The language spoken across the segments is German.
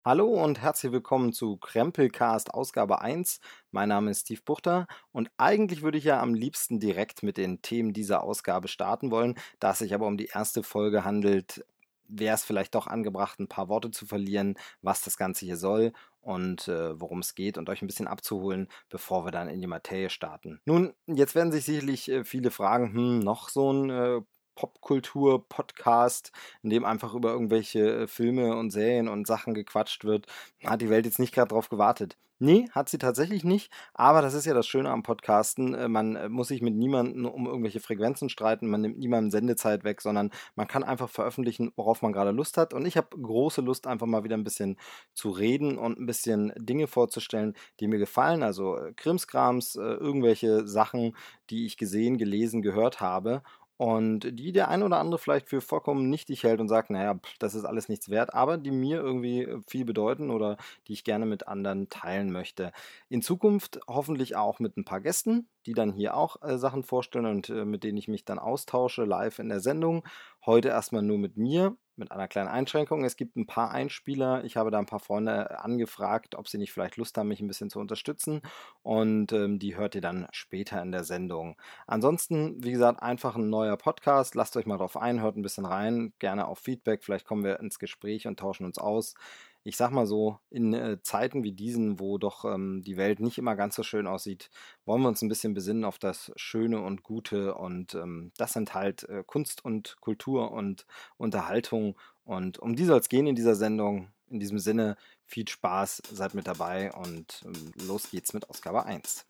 Hallo und herzlich willkommen zu Krempelcast Ausgabe 1. Mein Name ist Steve Buchter und eigentlich würde ich ja am liebsten direkt mit den Themen dieser Ausgabe starten wollen. Da es sich aber um die erste Folge handelt, wäre es vielleicht doch angebracht, ein paar Worte zu verlieren, was das Ganze hier soll und worum es geht und euch ein bisschen abzuholen, bevor wir dann in die Materie starten. Nun, jetzt werden sich sicherlich viele fragen, noch so ein Popkultur-Podcast, in dem einfach über irgendwelche Filme und Serien und Sachen gequatscht wird. Hat die Welt jetzt nicht gerade drauf gewartet? Nee, hat sie tatsächlich nicht. Aber das ist ja das Schöne am Podcasten. Man muss sich mit niemandem um irgendwelche Frequenzen streiten. Man nimmt niemandem Sendezeit weg, sondern man kann einfach veröffentlichen, worauf man gerade Lust hat. Und ich habe große Lust, einfach mal wieder ein bisschen zu reden und ein bisschen Dinge vorzustellen, die mir gefallen. Also Krimskrams, irgendwelche Sachen, die ich gesehen, gelesen, gehört habe und die der ein oder andere vielleicht für vollkommen nichtig hält und sagt, naja, das ist alles nichts wert, aber die mir irgendwie viel bedeuten oder die ich gerne mit anderen teilen möchte. In Zukunft hoffentlich auch mit ein paar Gästen, die dann hier auch Sachen vorstellen und mit denen ich mich dann austausche live in der Sendung. Heute erstmal nur mit mir. Mit einer kleinen Einschränkung. Es gibt ein paar Einspieler. Ich habe da ein paar Freunde angefragt, ob sie nicht vielleicht Lust haben, mich ein bisschen zu unterstützen. Und die hört ihr dann später in der Sendung. Ansonsten, wie gesagt, einfach ein neuer Podcast. Lasst euch mal drauf ein, hört ein bisschen rein, gerne auf Feedback. Vielleicht kommen wir ins Gespräch und tauschen uns aus. Ich sag mal so, in Zeiten wie diesen, wo doch die Welt nicht immer ganz so schön aussieht, wollen wir uns ein bisschen besinnen auf das Schöne und Gute. Und das sind halt Kunst und Kultur und Unterhaltung. Und um die soll es gehen in dieser Sendung. In diesem Sinne, viel Spaß, seid mit dabei und los geht's mit Ausgabe 1.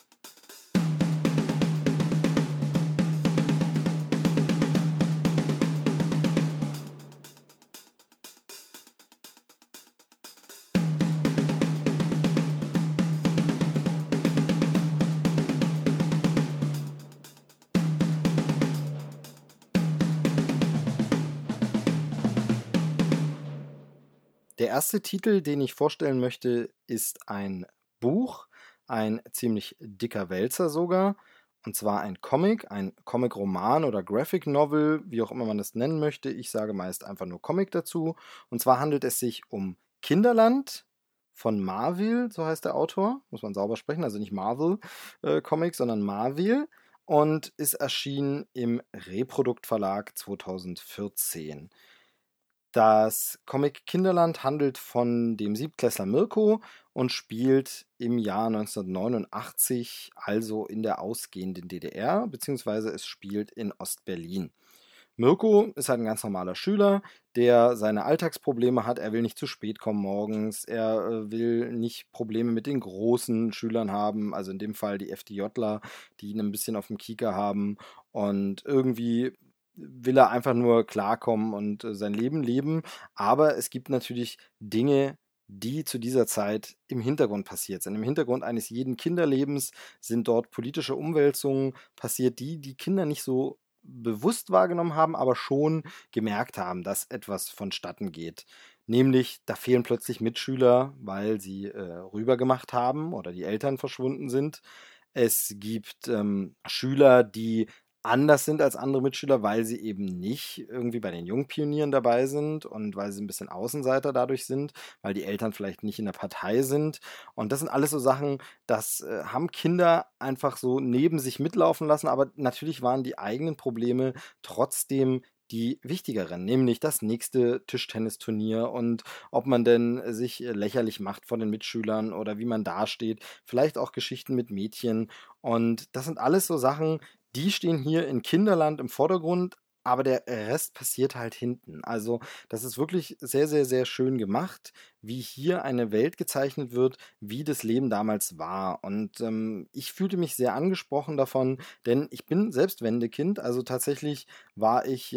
Der erste Titel, den ich vorstellen möchte, ist ein Buch, ein ziemlich dicker Wälzer sogar, und zwar ein Comic-Roman oder Graphic Novel, wie auch immer man das nennen möchte. Ich sage meist einfach nur Comic dazu. Und zwar handelt es sich um Kinderland von Marvel, so heißt der Autor, muss man sauber sprechen, also nicht Marvel Comics, sondern Marvel. Und ist erschienen im Reprodukt Verlag 2014. Das Comic Kinderland handelt von dem Siebtklässler Mirko und spielt im Jahr 1989, also in der ausgehenden DDR, beziehungsweise es spielt in Ostberlin. Mirko ist halt ein ganz normaler Schüler, der seine Alltagsprobleme hat. Er will nicht zu spät kommen morgens. Er will nicht Probleme mit den großen Schülern haben, also in dem Fall die FDJler, die ihn ein bisschen auf dem Kieker haben. Und irgendwie will er einfach nur klarkommen und sein Leben leben. Aber es gibt natürlich Dinge, die zu dieser Zeit im Hintergrund passiert sind. Im Hintergrund eines jeden Kinderlebens sind dort politische Umwälzungen passiert, die die Kinder nicht so bewusst wahrgenommen haben, aber schon gemerkt haben, dass etwas vonstatten geht. Nämlich, da fehlen plötzlich Mitschüler, weil sie rübergemacht haben oder die Eltern verschwunden sind. Es gibt Schüler, die anders sind als andere Mitschüler, weil sie eben nicht irgendwie bei den Jungpionieren dabei sind und weil sie ein bisschen Außenseiter dadurch sind, weil die Eltern vielleicht nicht in der Partei sind. Und das sind alles so Sachen, das haben Kinder einfach so neben sich mitlaufen lassen, aber natürlich waren die eigenen Probleme trotzdem die wichtigeren, nämlich das nächste Tischtennisturnier und ob man denn sich lächerlich macht vor den Mitschülern oder wie man dasteht, vielleicht auch Geschichten mit Mädchen. Und das sind alles so Sachen, die stehen hier in Kinderland im Vordergrund, aber der Rest passiert halt hinten. Also, das ist wirklich sehr, sehr, sehr schön gemacht, wie hier eine Welt gezeichnet wird, wie das Leben damals war. Und ich fühlte mich sehr angesprochen davon, denn ich bin selbst Wendekind. Also tatsächlich war ich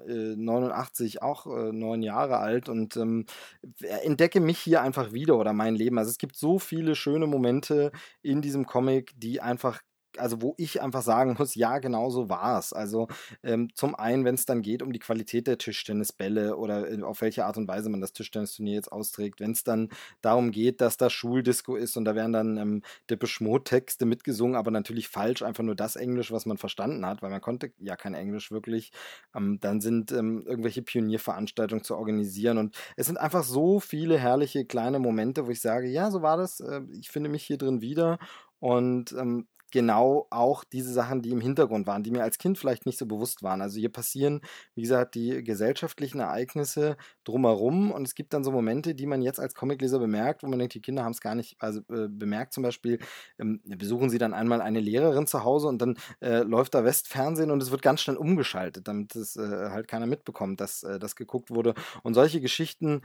89 auch 9 Jahre alt und entdecke mich hier einfach wieder oder mein Leben. Also es gibt so viele schöne Momente in diesem Comic, die einfach also wo ich einfach sagen muss, ja, genau so war es. Also zum einen, wenn es dann geht um die Qualität der Tischtennisbälle oder auf welche Art und Weise man das Tischtennisturnier jetzt austrägt, wenn es dann darum geht, dass da Schuldisco ist und da werden dann Depeche Mode-Texte mitgesungen, aber natürlich falsch, einfach nur das Englisch, was man verstanden hat, weil man konnte ja kein Englisch wirklich. Dann sind irgendwelche Pionierveranstaltungen zu organisieren und es sind einfach so viele herrliche kleine Momente, wo ich sage, ja, so war das, ich finde mich hier drin wieder und genau auch diese Sachen, die im Hintergrund waren, die mir als Kind vielleicht nicht so bewusst waren. Also hier passieren, wie gesagt, die gesellschaftlichen Ereignisse drumherum und es gibt dann so Momente, die man jetzt als Comicleser bemerkt, wo man denkt, die Kinder haben es gar nicht bemerkt. Zum Beispiel besuchen sie dann einmal eine Lehrerin zu Hause und dann läuft da Westfernsehen und es wird ganz schnell umgeschaltet, damit es halt keiner mitbekommt, dass das geguckt wurde. Und solche Geschichten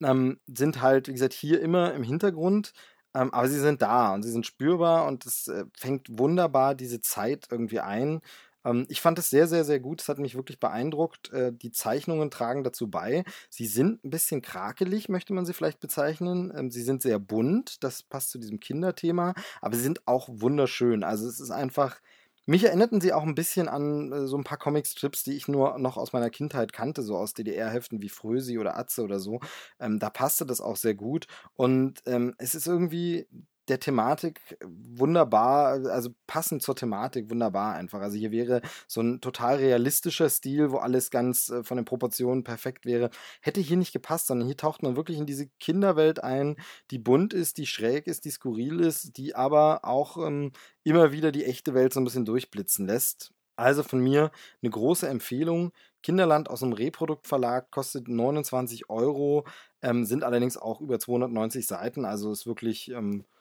sind halt, wie gesagt, hier immer im Hintergrund, aber sie sind da und sie sind spürbar und es fängt wunderbar diese Zeit irgendwie ein. Ich fand es sehr, sehr, sehr gut. Es hat mich wirklich beeindruckt. Die Zeichnungen tragen dazu bei. Sie sind ein bisschen krakelig, möchte man sie vielleicht bezeichnen. Sie sind sehr bunt. Das passt zu diesem Kinderthema. Aber sie sind auch wunderschön. Also es ist einfach. Mich erinnerten sie auch ein bisschen an so ein paar Comicstrips, die ich nur noch aus meiner Kindheit kannte, so aus DDR-Heften wie Frösi oder Atze oder so. Da passte das auch sehr gut. Und es ist irgendwie der Thematik wunderbar, also passend zur Thematik wunderbar einfach. Also hier wäre so ein total realistischer Stil, wo alles ganz von den Proportionen perfekt wäre, hätte hier nicht gepasst, sondern hier taucht man wirklich in diese Kinderwelt ein, die bunt ist, die schräg ist, die skurril ist, die aber auch immer wieder die echte Welt so ein bisschen durchblitzen lässt. Also von mir eine große Empfehlung. Kinderland aus dem Reprodukt-Verlag kostet 29 €, sind allerdings auch über 290 Seiten, also ist wirklich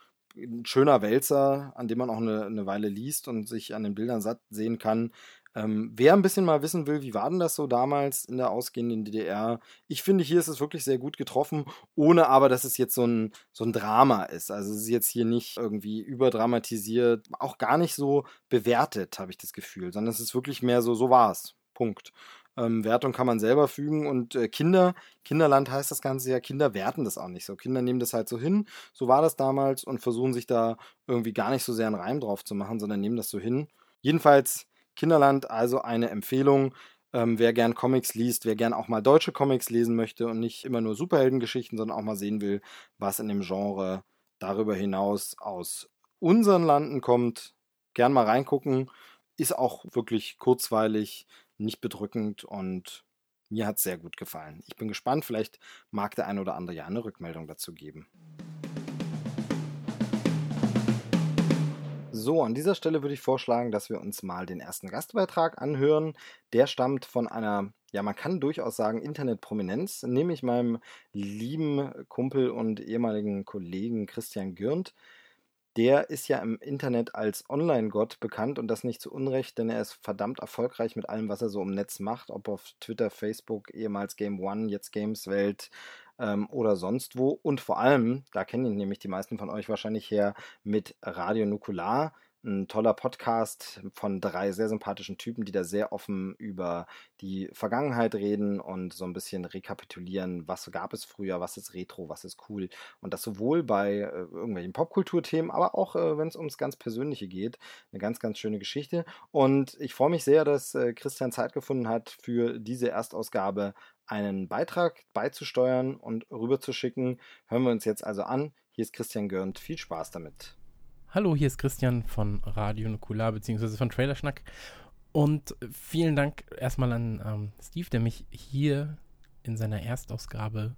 ein schöner Wälzer, an dem man auch eine Weile liest und sich an den Bildern satt sehen kann. Wer ein bisschen mal wissen will, wie war denn das so damals in der ausgehenden DDR? Ich finde, hier ist es wirklich sehr gut getroffen, ohne aber, dass es jetzt so ein Drama ist. Also es ist jetzt hier nicht irgendwie überdramatisiert, auch gar nicht so bewertet, habe ich das Gefühl, sondern es ist wirklich mehr so, so war es. Punkt. Wertung kann man selber fügen und Kinderland heißt das Ganze ja, Kinder werten das auch nicht so. Kinder nehmen das halt so hin, so war das damals und versuchen sich da irgendwie gar nicht so sehr einen Reim drauf zu machen, sondern nehmen das so hin. Jedenfalls Kinderland, also eine Empfehlung. Wer gern Comics liest, wer gern auch mal deutsche Comics lesen möchte und nicht immer nur Superheldengeschichten, sondern auch mal sehen will, was in dem Genre darüber hinaus aus unseren Landen kommt, gern mal reingucken. Ist auch wirklich kurzweilig, nicht bedrückend und mir hat es sehr gut gefallen. Ich bin gespannt, vielleicht mag der ein oder andere ja eine Rückmeldung dazu geben. So, an dieser Stelle würde ich vorschlagen, dass wir uns mal den ersten Gastbeitrag anhören. Der stammt von einer, ja, man kann durchaus sagen, Internetprominenz, nämlich meinem lieben Kumpel und ehemaligen Kollegen Christian Gürnt. Der ist ja im Internet als Online-Gott bekannt und das nicht zu Unrecht, denn er ist verdammt erfolgreich mit allem, was er so im Netz macht, ob auf Twitter, Facebook, ehemals Game One, jetzt Gameswelt oder sonst wo. Und vor allem, da kennen ihn nämlich die meisten von euch wahrscheinlich her, mit Radio Nukular. Ein toller Podcast von 3 sehr sympathischen Typen, die da sehr offen über die Vergangenheit reden und so ein bisschen rekapitulieren, was gab es früher, was ist Retro, was ist cool. Und das sowohl bei irgendwelchen Popkulturthemen, aber auch wenn es ums ganz Persönliche geht. Eine ganz, ganz schöne Geschichte. Und ich freue mich sehr, dass Christian Zeit gefunden hat, für diese Erstausgabe einen Beitrag beizusteuern und rüberzuschicken. Hören wir uns jetzt also an. Hier ist Christian Gürnt. Viel Spaß damit. Hallo, hier ist Christian von Radio Nukular bzw. von Trailerschnack und vielen Dank erstmal an Steve, der mich hier in seiner Erstausgabe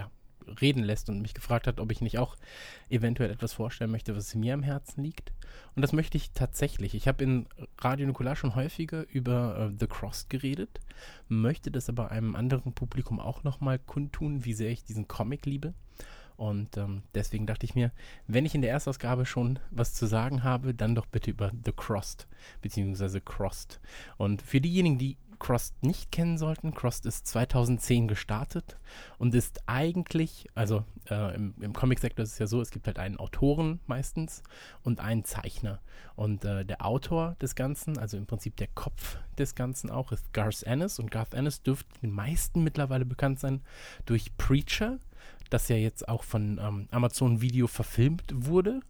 reden lässt und mich gefragt hat, ob ich nicht auch eventuell etwas vorstellen möchte, was mir am Herzen liegt. Und das möchte ich tatsächlich. Ich habe in Radio Nukular schon häufiger über The Crossed geredet, möchte das aber einem anderen Publikum auch nochmal kundtun, wie sehr ich diesen Comic liebe. Und deswegen dachte ich mir, wenn ich in der Erstausgabe schon was zu sagen habe, dann doch bitte über The Crossed, beziehungsweise Crossed. Und für diejenigen, die Crossed nicht kennen sollten, Crossed ist 2010 gestartet und ist eigentlich, also im Comicsektor ist es ja so, es gibt halt einen Autoren meistens und einen Zeichner. Und der Autor des Ganzen, also im Prinzip der Kopf des Ganzen auch, ist Garth Ennis. Und Garth Ennis dürfte den meisten mittlerweile bekannt sein durch Preacher, das ja jetzt auch von Amazon Video verfilmt wurde,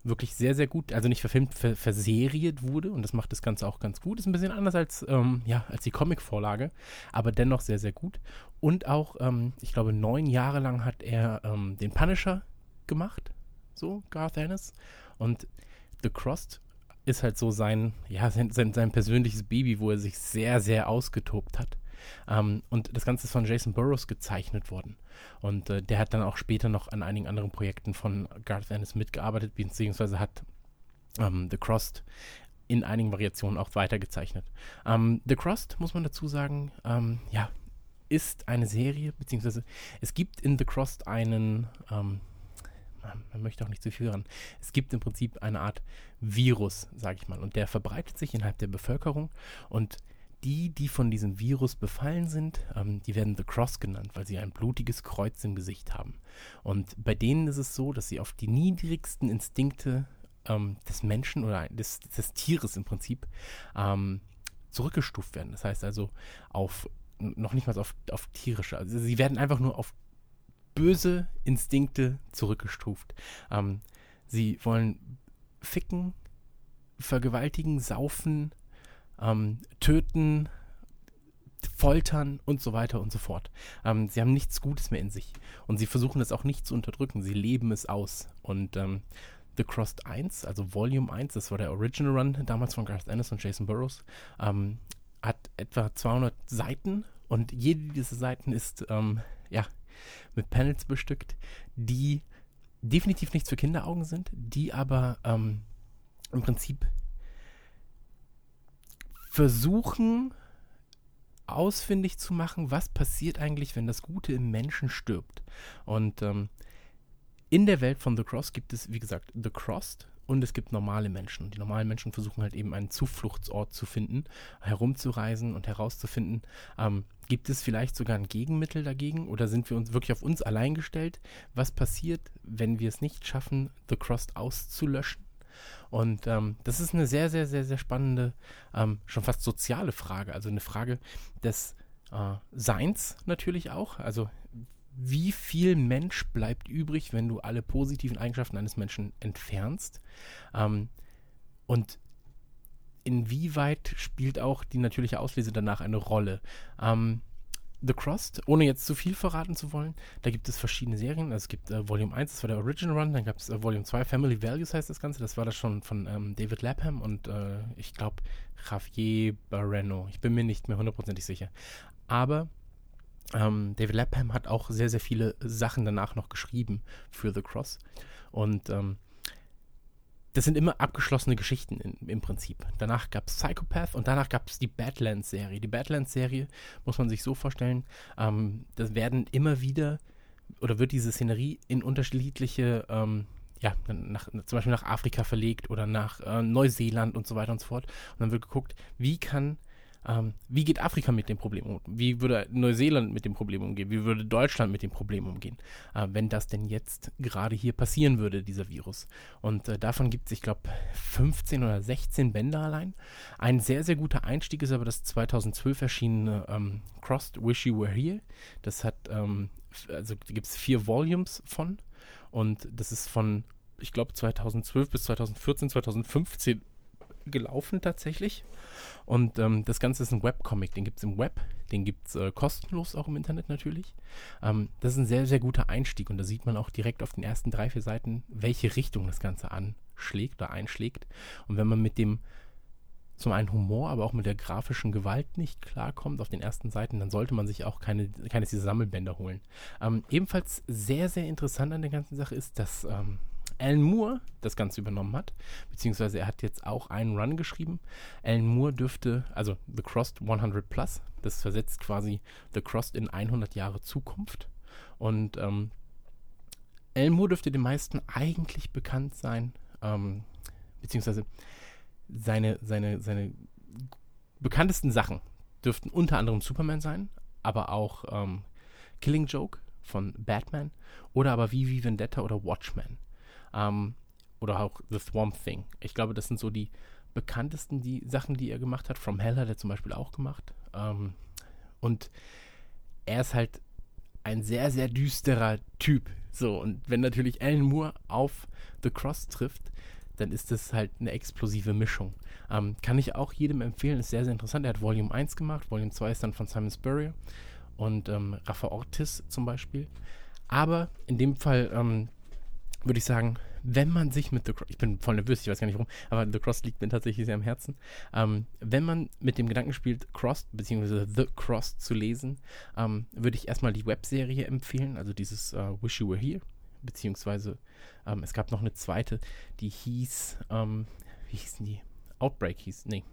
wirklich sehr, sehr gut, also nicht verfilmt, verseriert wurde und das macht das Ganze auch ganz gut. Ist ein bisschen anders als die Comic-Vorlage, aber dennoch sehr, sehr gut. Und auch, ich glaube, 9 Jahre lang hat er den Punisher gemacht, so, Garth Ennis. Und The Crossed ist halt so sein persönliches Baby, wo er sich sehr, sehr ausgetobt hat. Und das Ganze ist von Jason Burrows gezeichnet worden. Und der hat dann auch später noch an einigen anderen Projekten von Garth Ennis mitgearbeitet, beziehungsweise hat The Crossed in einigen Variationen auch weitergezeichnet. The Crossed, muss man dazu sagen, ist eine Serie, beziehungsweise es gibt in The Crossed einen, man möchte auch nicht zu viel hören, es gibt im Prinzip eine Art Virus, sage ich mal, und der verbreitet sich innerhalb der Bevölkerung und die von diesem Virus befallen sind, die werden The Cross genannt, weil sie ein blutiges Kreuz im Gesicht haben. Und bei denen ist es so, dass sie auf die niedrigsten Instinkte des Menschen oder des Tieres im Prinzip zurückgestuft werden. Das heißt also noch nicht mal auf tierische, also sie werden einfach nur auf böse Instinkte zurückgestuft. Sie wollen ficken, vergewaltigen, saufen, töten, foltern und so weiter und so fort. Sie haben nichts Gutes mehr in sich. Und sie versuchen es auch nicht zu unterdrücken. Sie leben es aus. Und The Crossed 1, also Volume 1, das war der Original Run damals von Garth Ennis und Jason Burrows, hat etwa 200 Seiten. Und jede dieser Seiten ist mit Panels bestückt, die definitiv nichts für Kinderaugen sind, die aber im Prinzip versuchen ausfindig zu machen, was passiert eigentlich, wenn das Gute im Menschen stirbt. Und in der Welt von The Cross gibt es, wie gesagt, The Crossed und es gibt normale Menschen. Und die normalen Menschen versuchen halt eben einen Zufluchtsort zu finden, herumzureisen und herauszufinden, gibt es vielleicht sogar ein Gegenmittel dagegen oder sind wir uns wirklich auf uns allein gestellt? Was passiert, wenn wir es nicht schaffen, The Crossed auszulöschen? Und das ist eine sehr, sehr, sehr, sehr spannende, schon fast soziale Frage. Also eine Frage des Seins natürlich auch. Also wie viel Mensch bleibt übrig, wenn du alle positiven Eigenschaften eines Menschen entfernst? Und inwieweit spielt auch die natürliche Auslese danach eine Rolle? The Crossed, ohne jetzt zu viel verraten zu wollen, da gibt es verschiedene Serien. Also es gibt Volume 1, das war der Original Run, dann gab es Volume 2, Family Values heißt das Ganze, das war das schon von David Lapham und ich glaube Javier Barreno. Ich bin mir nicht mehr hundertprozentig sicher. Aber David Lapham hat auch sehr, sehr viele Sachen danach noch geschrieben für The Cross. Und das sind immer abgeschlossene Geschichten im Prinzip. Danach gab es Psychopath und danach gab es die Badlands-Serie. Die Badlands-Serie muss man sich so vorstellen, das werden immer wieder, oder wird diese Szenerie in unterschiedliche, zum Beispiel nach Afrika verlegt oder nach Neuseeland und so weiter und so fort. Und dann wird geguckt, wie geht Afrika mit dem Problem um? Wie würde Neuseeland mit dem Problem umgehen? Wie würde Deutschland mit dem Problem umgehen? Wenn das denn jetzt gerade hier passieren würde, dieser Virus. Und davon gibt es, ich glaube, 15 oder 16 Bände allein. Ein sehr, sehr guter Einstieg ist aber das 2012 erschienene Crossed Wish You Were Here. Das hat, da gibt es 4 Volumes von. Und das ist von, ich glaube, 2012 bis 2014, 2015 gelaufen tatsächlich. Und das Ganze ist ein Webcomic, den gibt es im Web, den gibt es kostenlos auch im Internet natürlich. Das ist ein sehr, sehr guter Einstieg und da sieht man auch direkt auf den ersten 3, 4 Seiten, welche Richtung das Ganze anschlägt oder einschlägt. Und wenn man mit dem zum einen Humor, aber auch mit der grafischen Gewalt nicht klarkommt auf den ersten Seiten, dann sollte man sich auch keines dieser Sammelbänder holen. Ebenfalls sehr, sehr interessant an der ganzen Sache ist, dass Alan Moore das Ganze übernommen hat, beziehungsweise er hat jetzt auch einen Run geschrieben. Alan Moore dürfte, also The Crossed 100 Plus, das versetzt quasi The Crossed in 100 Jahre Zukunft. Und Alan Moore dürfte den meisten eigentlich bekannt sein, beziehungsweise seine bekanntesten Sachen dürften unter anderem Superman sein, aber auch Killing Joke von Batman oder aber V Vendetta oder Watchmen. Oder auch The Swamp Thing. Ich glaube, das sind so die bekanntesten Sachen, die er gemacht hat. From Hell hat er zum Beispiel auch gemacht. Und er ist halt ein sehr, sehr düsterer Typ, So, und wenn natürlich Alan Moore auf The Cross trifft, dann ist das halt eine explosive Mischung. Kann ich auch jedem empfehlen, ist sehr, sehr interessant. Er hat Volume 1 gemacht, Volume 2 ist dann von Simon Spurrier und Rafa Ortiz zum Beispiel. Aber in dem Fall würde ich sagen, wenn man sich mit The Cross, ich bin voll nervös, ich weiß gar nicht warum, aber The Cross liegt mir tatsächlich sehr am Herzen. Wenn man mit dem Gedanken spielt, Crossed bzw. The Crossed zu lesen, würde ich erstmal die Webserie empfehlen, also dieses Wish You Were Here, beziehungsweise es gab noch eine zweite, die hieß, wie hießen die? Outbreak hieß, nee.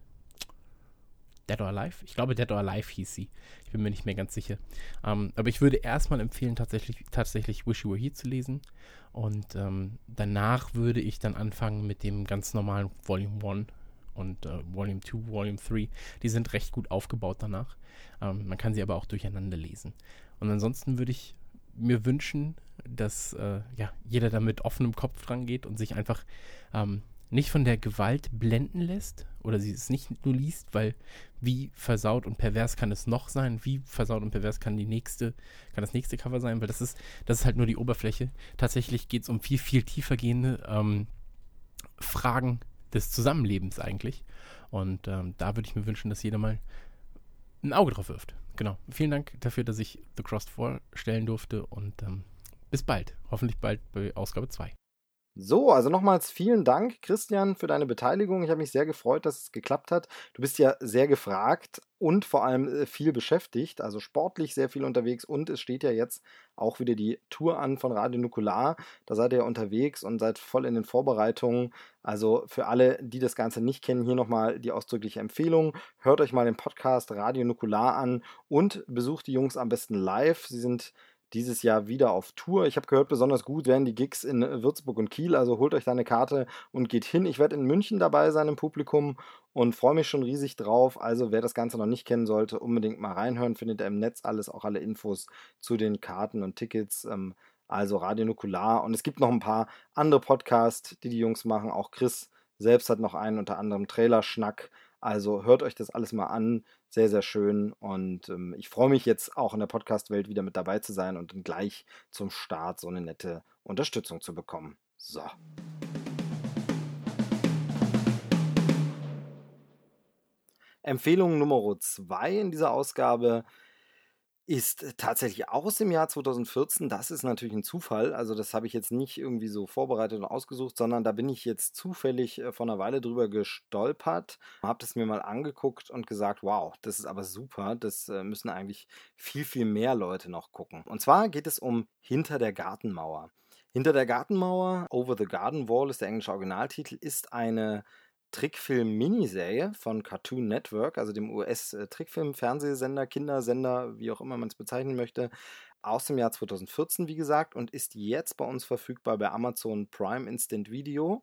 Dead or Alive? Ich glaube, Dead or Alive hieß sie. Ich bin mir nicht mehr ganz sicher. Aber ich würde erstmal empfehlen, tatsächlich Wish You Were Here zu lesen. Und danach würde ich dann anfangen mit dem ganz normalen Volume 1 und Volume 2, Volume 3. Die sind recht gut aufgebaut danach. Man kann sie aber auch durcheinander lesen. Und ansonsten würde ich mir wünschen, dass jeder da mit offenem Kopf dran geht und sich einfach nicht von der Gewalt blenden lässt oder sie es nicht nur liest, weil wie versaut und pervers kann es noch sein, wie versaut und pervers kann das nächste Cover sein, weil das ist halt nur die Oberfläche. Tatsächlich geht es um viel, viel tiefer gehende Fragen des Zusammenlebens eigentlich. Und da würde ich mir wünschen, dass jeder mal ein Auge drauf wirft. Genau. Vielen Dank dafür, dass ich The Crossed vorstellen durfte und bis bald. Hoffentlich bald bei Ausgabe 2. So, also nochmals vielen Dank, Christian, für deine Beteiligung. Ich habe mich sehr gefreut, dass es geklappt hat. Du bist ja sehr gefragt und vor allem viel beschäftigt, also sportlich sehr viel unterwegs und es steht ja jetzt auch wieder die Tour an von Radio Nukular. Da seid ihr ja unterwegs und seid voll in den Vorbereitungen. Also für alle, die das Ganze nicht kennen, hier nochmal die ausdrückliche Empfehlung. Hört euch mal den Podcast Radio Nukular an und besucht die Jungs am besten live. Sie sind dieses Jahr wieder auf Tour. Ich habe gehört, besonders gut werden die Gigs in Würzburg und Kiel, also holt euch da eine Karte und geht hin. Ich werde in München dabei sein im Publikum und freue mich schon riesig drauf. Also wer das Ganze noch nicht kennen sollte, unbedingt mal reinhören. Findet ihr im Netz alles, auch alle Infos zu den Karten und Tickets. Also Radio Nukular. Und es gibt noch ein paar andere Podcasts, die Jungs machen. Auch Chris selbst hat noch einen, unter anderem Trailerschnack. Also hört euch das alles mal an. Sehr, sehr schön. Und ich freue mich jetzt auch in der Podcast-Welt wieder mit dabei zu sein und dann gleich zum Start so eine nette Unterstützung zu bekommen. So. Empfehlung Nummer 2 in dieser Ausgabe ist tatsächlich auch aus dem Jahr 2014. Das ist natürlich ein Zufall. Also das habe ich jetzt nicht irgendwie so vorbereitet und ausgesucht, sondern da bin ich jetzt zufällig vor einer Weile drüber gestolpert, habe das mir mal angeguckt und gesagt, wow, das ist aber super. Das müssen eigentlich viel, viel mehr Leute noch gucken. Und zwar geht es um Hinter der Gartenmauer. Hinter der Gartenmauer, Over the Garden Wall ist der englische Originaltitel, ist eine Trickfilm-Miniserie von Cartoon Network, also dem US-Trickfilm-Fernsehsender, Kindersender, wie auch immer man es bezeichnen möchte, aus dem Jahr 2014, wie gesagt, und ist jetzt bei uns verfügbar bei Amazon Prime Instant Video.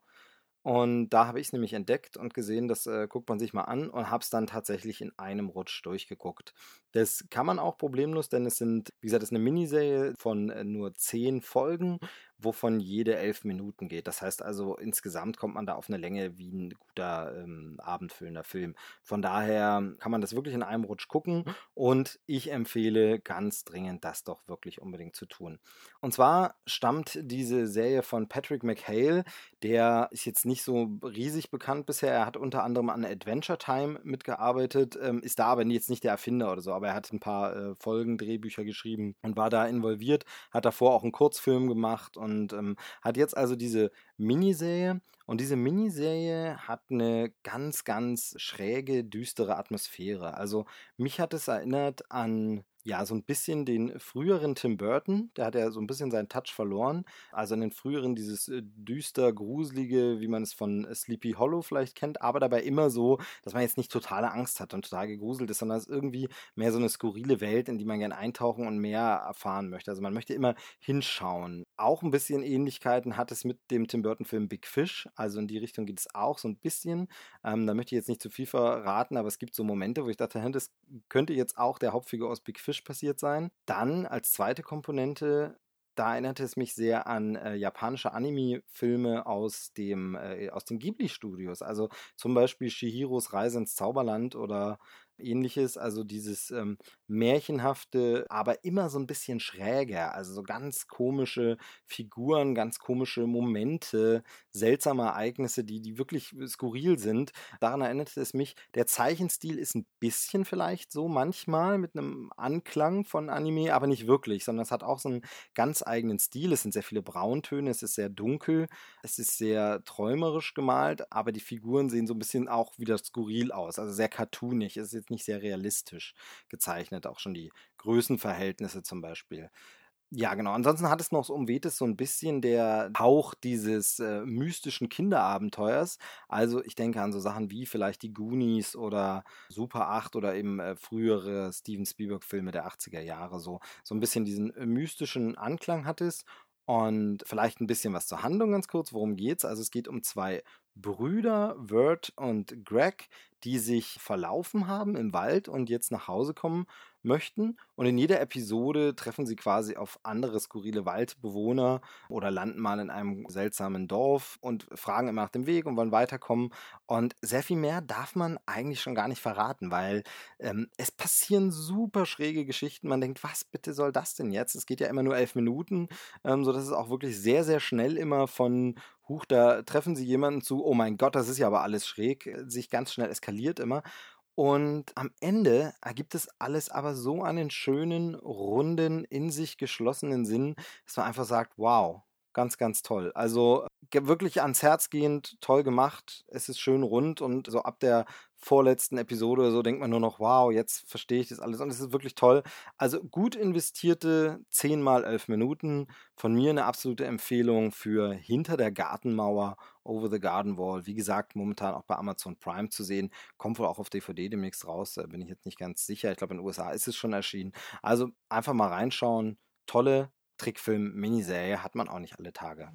Und da habe ich es nämlich entdeckt und gesehen, das guckt man sich mal an und habe es dann tatsächlich in einem Rutsch durchgeguckt. Das kann man auch problemlos, denn es sind, wie gesagt, es ist eine Miniserie von nur 10 Folgen, wovon jede 11 Minuten geht. Das heißt also, insgesamt kommt man da auf eine Länge wie ein guter abendfüllender Film. Von daher kann man das wirklich in einem Rutsch gucken und ich empfehle ganz dringend, das doch wirklich unbedingt zu tun. Und zwar stammt diese Serie von Patrick McHale, der ist jetzt nicht so riesig bekannt bisher. Er hat unter anderem an Adventure Time mitgearbeitet, ist da aber jetzt nicht der Erfinder oder so, aber er hat ein paar Folgen, Drehbücher geschrieben und war da involviert, hat davor auch einen Kurzfilm gemacht und hat jetzt also diese Miniserie. Und diese Miniserie hat eine ganz, ganz schräge, düstere Atmosphäre. Also mich hat es erinnert an, ja, so ein bisschen den früheren Tim Burton. Der hat ja so ein bisschen seinen Touch verloren. Also an den früheren dieses düster, gruselige, wie man es von Sleepy Hollow vielleicht kennt, aber dabei immer so, dass man jetzt nicht totale Angst hat und total gegruselt ist, sondern es ist irgendwie mehr so eine skurrile Welt, in die man gerne eintauchen und mehr erfahren möchte. Also man möchte immer hinschauen. Auch ein bisschen Ähnlichkeiten hat es mit dem Tim Burton-Film Big Fish. Also in die Richtung geht es auch so ein bisschen. Da möchte ich jetzt nicht zu viel verraten, aber es gibt so Momente, wo ich dachte, das könnte jetzt auch der Hauptfigur aus Big Fish passiert sein. Dann als zweite Komponente, da erinnerte es mich sehr an japanische Anime-Filme aus den Ghibli-Studios. Also zum Beispiel Chihiros Reise ins Zauberland oder Ähnliches, also dieses märchenhafte, aber immer so ein bisschen schräger, also so ganz komische Figuren, ganz komische Momente, seltsame Ereignisse, die wirklich skurril sind. Daran erinnerte es mich. Der Zeichenstil ist ein bisschen vielleicht so manchmal mit einem Anklang von Anime, aber nicht wirklich, sondern es hat auch so einen ganz eigenen Stil. Es sind sehr viele Brauntöne, es ist sehr dunkel, es ist sehr träumerisch gemalt, aber die Figuren sehen so ein bisschen auch wieder skurril aus, also sehr cartoonig. Es ist jetzt nicht sehr realistisch gezeichnet, auch schon die Größenverhältnisse zum Beispiel. Ja, genau. Ansonsten hat es noch so umweht es so ein bisschen der Hauch dieses mystischen Kinderabenteuers. Also ich denke an so Sachen wie vielleicht die Goonies oder Super 8 oder eben frühere Steven Spielberg-Filme der 80er Jahre. So ein bisschen diesen mystischen Anklang hat es. Und vielleicht ein bisschen was zur Handlung ganz kurz. Worum geht's? Also es geht um zwei Brüder, Wirt und Greg, die sich verlaufen haben im Wald und jetzt nach Hause kommen möchten. Und in jeder Episode treffen sie quasi auf andere skurrile Waldbewohner oder landen mal in einem seltsamen Dorf und fragen immer nach dem Weg und wollen weiterkommen. Und sehr viel mehr darf man eigentlich schon gar nicht verraten, weil es passieren super schräge Geschichten. Man denkt, was bitte soll das denn jetzt? Es geht ja immer nur 11 Minuten, sodass es auch wirklich sehr, sehr schnell immer von huch, da treffen sie jemanden zu, oh mein Gott, das ist ja aber alles schräg, sich ganz schnell eskaliert immer. Und am Ende ergibt es alles aber so einen schönen, runden, in sich geschlossenen Sinn, dass man einfach sagt, wow, ganz, ganz toll. Also wirklich ans Herz gehend, toll gemacht. Es ist schön rund und so ab der vorletzten Episode oder so denkt man nur noch, wow, jetzt verstehe ich das alles und es ist wirklich toll. Also gut investierte 10 mal 11 Minuten. Von mir eine absolute Empfehlung für Hinter der Gartenmauer, Over the Garden Wall. Wie gesagt, momentan auch bei Amazon Prime zu sehen. Kommt wohl auch auf DVD demnächst raus, bin ich jetzt nicht ganz sicher. Ich glaube, in den USA ist es schon erschienen. Also einfach mal reinschauen. Tolle Trickfilm-Miniserie hat man auch nicht alle Tage.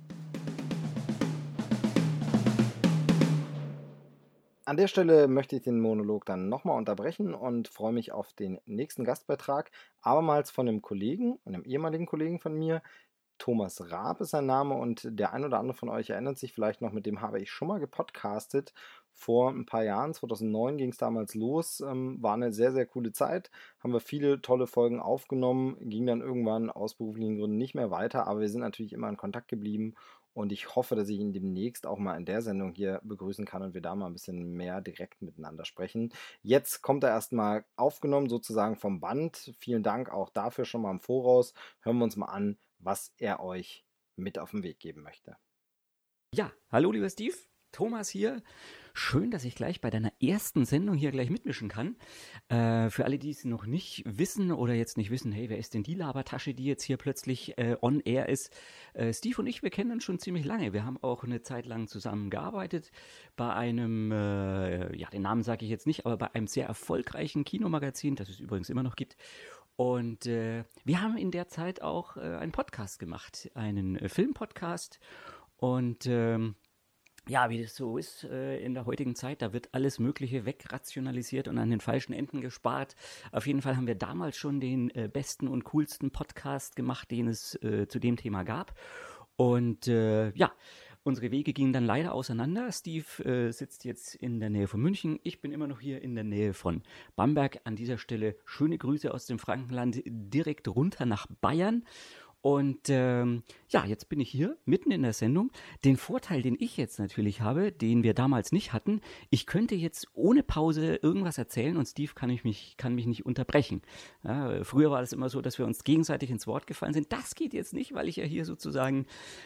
An der Stelle möchte ich den Monolog dann nochmal unterbrechen und freue mich auf den nächsten Gastbeitrag. Abermals von einem Kollegen, einem ehemaligen Kollegen von mir. Thomas Raab ist sein Name und der ein oder andere von euch erinnert sich vielleicht noch, mit dem habe ich schon mal gepodcastet. Vor ein paar Jahren, 2009 ging es damals los, war eine sehr, sehr coole Zeit, haben wir viele tolle Folgen aufgenommen, ging dann irgendwann aus beruflichen Gründen nicht mehr weiter, aber wir sind natürlich immer in Kontakt geblieben und ich hoffe, dass ich ihn demnächst auch mal in der Sendung hier begrüßen kann und wir da mal ein bisschen mehr direkt miteinander sprechen. Jetzt kommt er erstmal aufgenommen, sozusagen vom Band. Vielen Dank auch dafür schon mal im Voraus. Hören wir uns mal an, was er euch mit auf den Weg geben möchte. Ja, hallo lieber Steve, Thomas hier. Schön, dass ich gleich bei deiner ersten Sendung hier gleich mitmischen kann. Für alle, die es noch nicht wissen oder jetzt nicht wissen, hey, wer ist denn die Labertasche, die jetzt hier plötzlich on air ist? Steve und ich, wir kennen uns schon ziemlich lange. Wir haben auch eine Zeit lang zusammengearbeitet bei einem, den Namen sage ich jetzt nicht, aber bei einem sehr erfolgreichen Kinomagazin, das es übrigens immer noch gibt. Und wir haben in der Zeit auch einen Podcast gemacht, einen Filmpodcast. Und wie das so ist in der heutigen Zeit, da wird alles Mögliche wegrationalisiert und an den falschen Enden gespart. Auf jeden Fall haben wir damals schon den besten und coolsten Podcast gemacht, den es zu dem Thema gab. Und unsere Wege gingen dann leider auseinander. Steve sitzt jetzt in der Nähe von München. Ich bin immer noch hier in der Nähe von Bamberg. An dieser Stelle schöne Grüße aus dem Frankenland direkt runter nach Bayern. Und jetzt bin ich hier mitten in der Sendung. Den Vorteil, den ich jetzt natürlich habe, den wir damals nicht hatten, ich könnte jetzt ohne Pause irgendwas erzählen und Steve kann mich nicht unterbrechen. Ja, früher war das immer so, dass wir uns gegenseitig ins Wort gefallen sind. Das geht jetzt nicht, weil ich ja hier sozusagen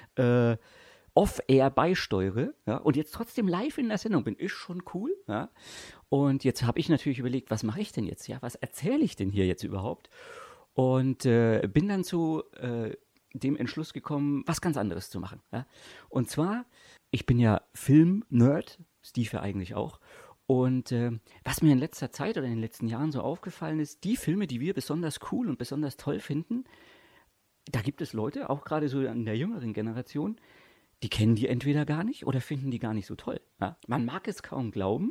off-air beisteuere, ja, und jetzt trotzdem live in der Sendung bin, ist schon cool. Ja. Und jetzt habe ich natürlich überlegt, was mache ich denn jetzt? Ja, was erzähle ich denn hier jetzt überhaupt? Und bin dann zu dem Entschluss gekommen, was ganz anderes zu machen. Ja? Und zwar, ich bin ja Film-Nerd, Steve ja eigentlich auch. Und was mir in letzter Zeit oder in den letzten Jahren so aufgefallen ist, die Filme, die wir besonders cool und besonders toll finden, da gibt es Leute, auch gerade so in der jüngeren Generation, die kennen die entweder gar nicht oder finden die gar nicht so toll. Ja? Man mag es kaum glauben,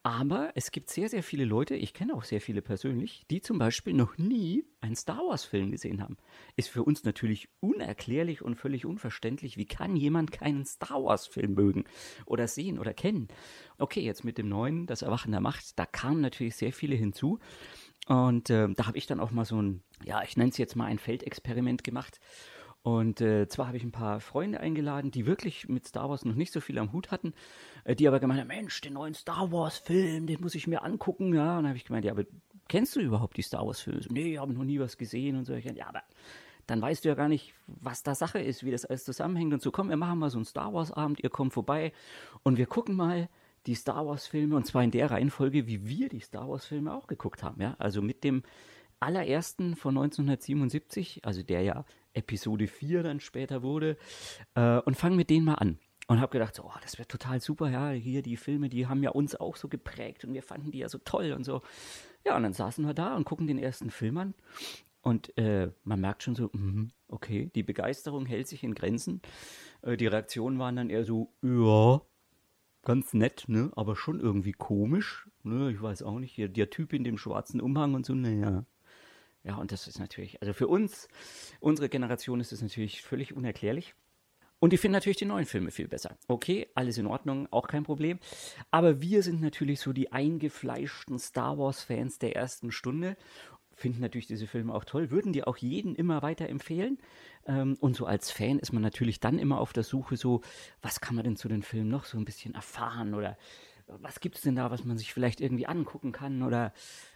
Aber es gibt sehr, sehr viele Leute, ich kenne auch sehr viele persönlich, die zum Beispiel noch nie einen Star Wars-Film gesehen haben. Ist für uns natürlich unerklärlich und völlig unverständlich. Wie kann jemand keinen Star Wars-Film mögen oder sehen oder kennen? Okay, jetzt mit dem neuen, das Erwachen der Macht, da kamen natürlich sehr viele hinzu. Und da habe ich dann auch mal so ein, ja, ich nenne es jetzt mal ein Feldexperiment gemacht. Und zwar habe ich ein paar Freunde eingeladen, die wirklich mit Star Wars noch nicht so viel am Hut hatten, die aber gemeint haben, Mensch, den neuen Star Wars-Film, den muss ich mir angucken. Ja, und dann habe ich gemeint, ja, aber kennst du überhaupt die Star Wars-Filme? So, nee, ich habe noch nie was gesehen und so. Ich dachte, ja, aber dann weißt du ja gar nicht, was da Sache ist, wie das alles zusammenhängt. Und so, komm, wir machen mal so einen Star Wars-Abend, ihr kommt vorbei und wir gucken mal die Star Wars-Filme, und zwar in der Reihenfolge, wie wir die Star Wars-Filme auch geguckt haben. Ja? Also mit dem allerersten von 1977, also der ja Episode 4 dann später wurde, und fangen mit denen mal an. Und habe gedacht, so, oh, das wäre total super, ja, hier die Filme, die haben ja uns auch so geprägt und wir fanden die ja so toll und so. Ja, und dann saßen wir da und gucken den ersten Film an und man merkt schon so, okay, die Begeisterung hält sich in Grenzen. Die Reaktionen waren dann eher so, ja, ganz nett, ne, aber schon irgendwie komisch, ne, ich weiß auch nicht, hier der Typ in dem schwarzen Umhang und so, naja. Ja, und das ist natürlich, also für uns, unsere Generation ist das natürlich völlig unerklärlich. Und die finden natürlich die neuen Filme viel besser. Okay, alles in Ordnung, auch kein Problem. Aber wir sind natürlich so die eingefleischten Star Wars-Fans der ersten Stunde, finden natürlich diese Filme auch toll, würden die auch jeden immer weiter empfehlen. Und so als Fan ist man natürlich dann immer auf der Suche so, was kann man denn zu den Filmen noch so ein bisschen erfahren oder was gibt es denn da, was man sich vielleicht irgendwie angucken kann oder,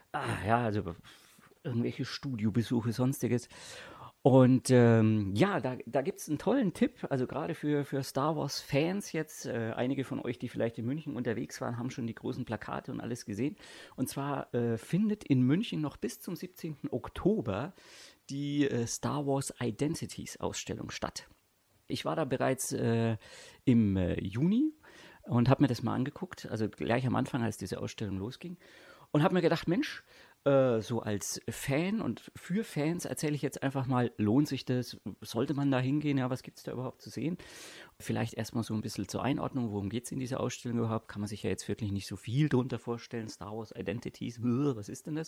also irgendwelche Studiobesuche, sonstiges. Und ja, da gibt es einen tollen Tipp, also gerade für Star Wars-Fans jetzt. Einige von euch, die vielleicht in München unterwegs waren, haben schon die großen Plakate und alles gesehen. Und zwar findet in München noch bis zum 17. Oktober die Star Wars Identities Ausstellung statt. Ich war da bereits im Juni und habe mir das mal angeguckt, also gleich am Anfang, als diese Ausstellung losging. Und habe mir gedacht, Mensch, so als Fan und für Fans erzähle ich jetzt einfach mal, lohnt sich das? Sollte man da hingehen? Ja, was gibt es da überhaupt zu sehen? Vielleicht erstmal so ein bisschen zur Einordnung, worum geht es in dieser Ausstellung überhaupt? Kann man sich ja jetzt wirklich nicht so viel drunter vorstellen. Star Wars Identities, was ist denn das?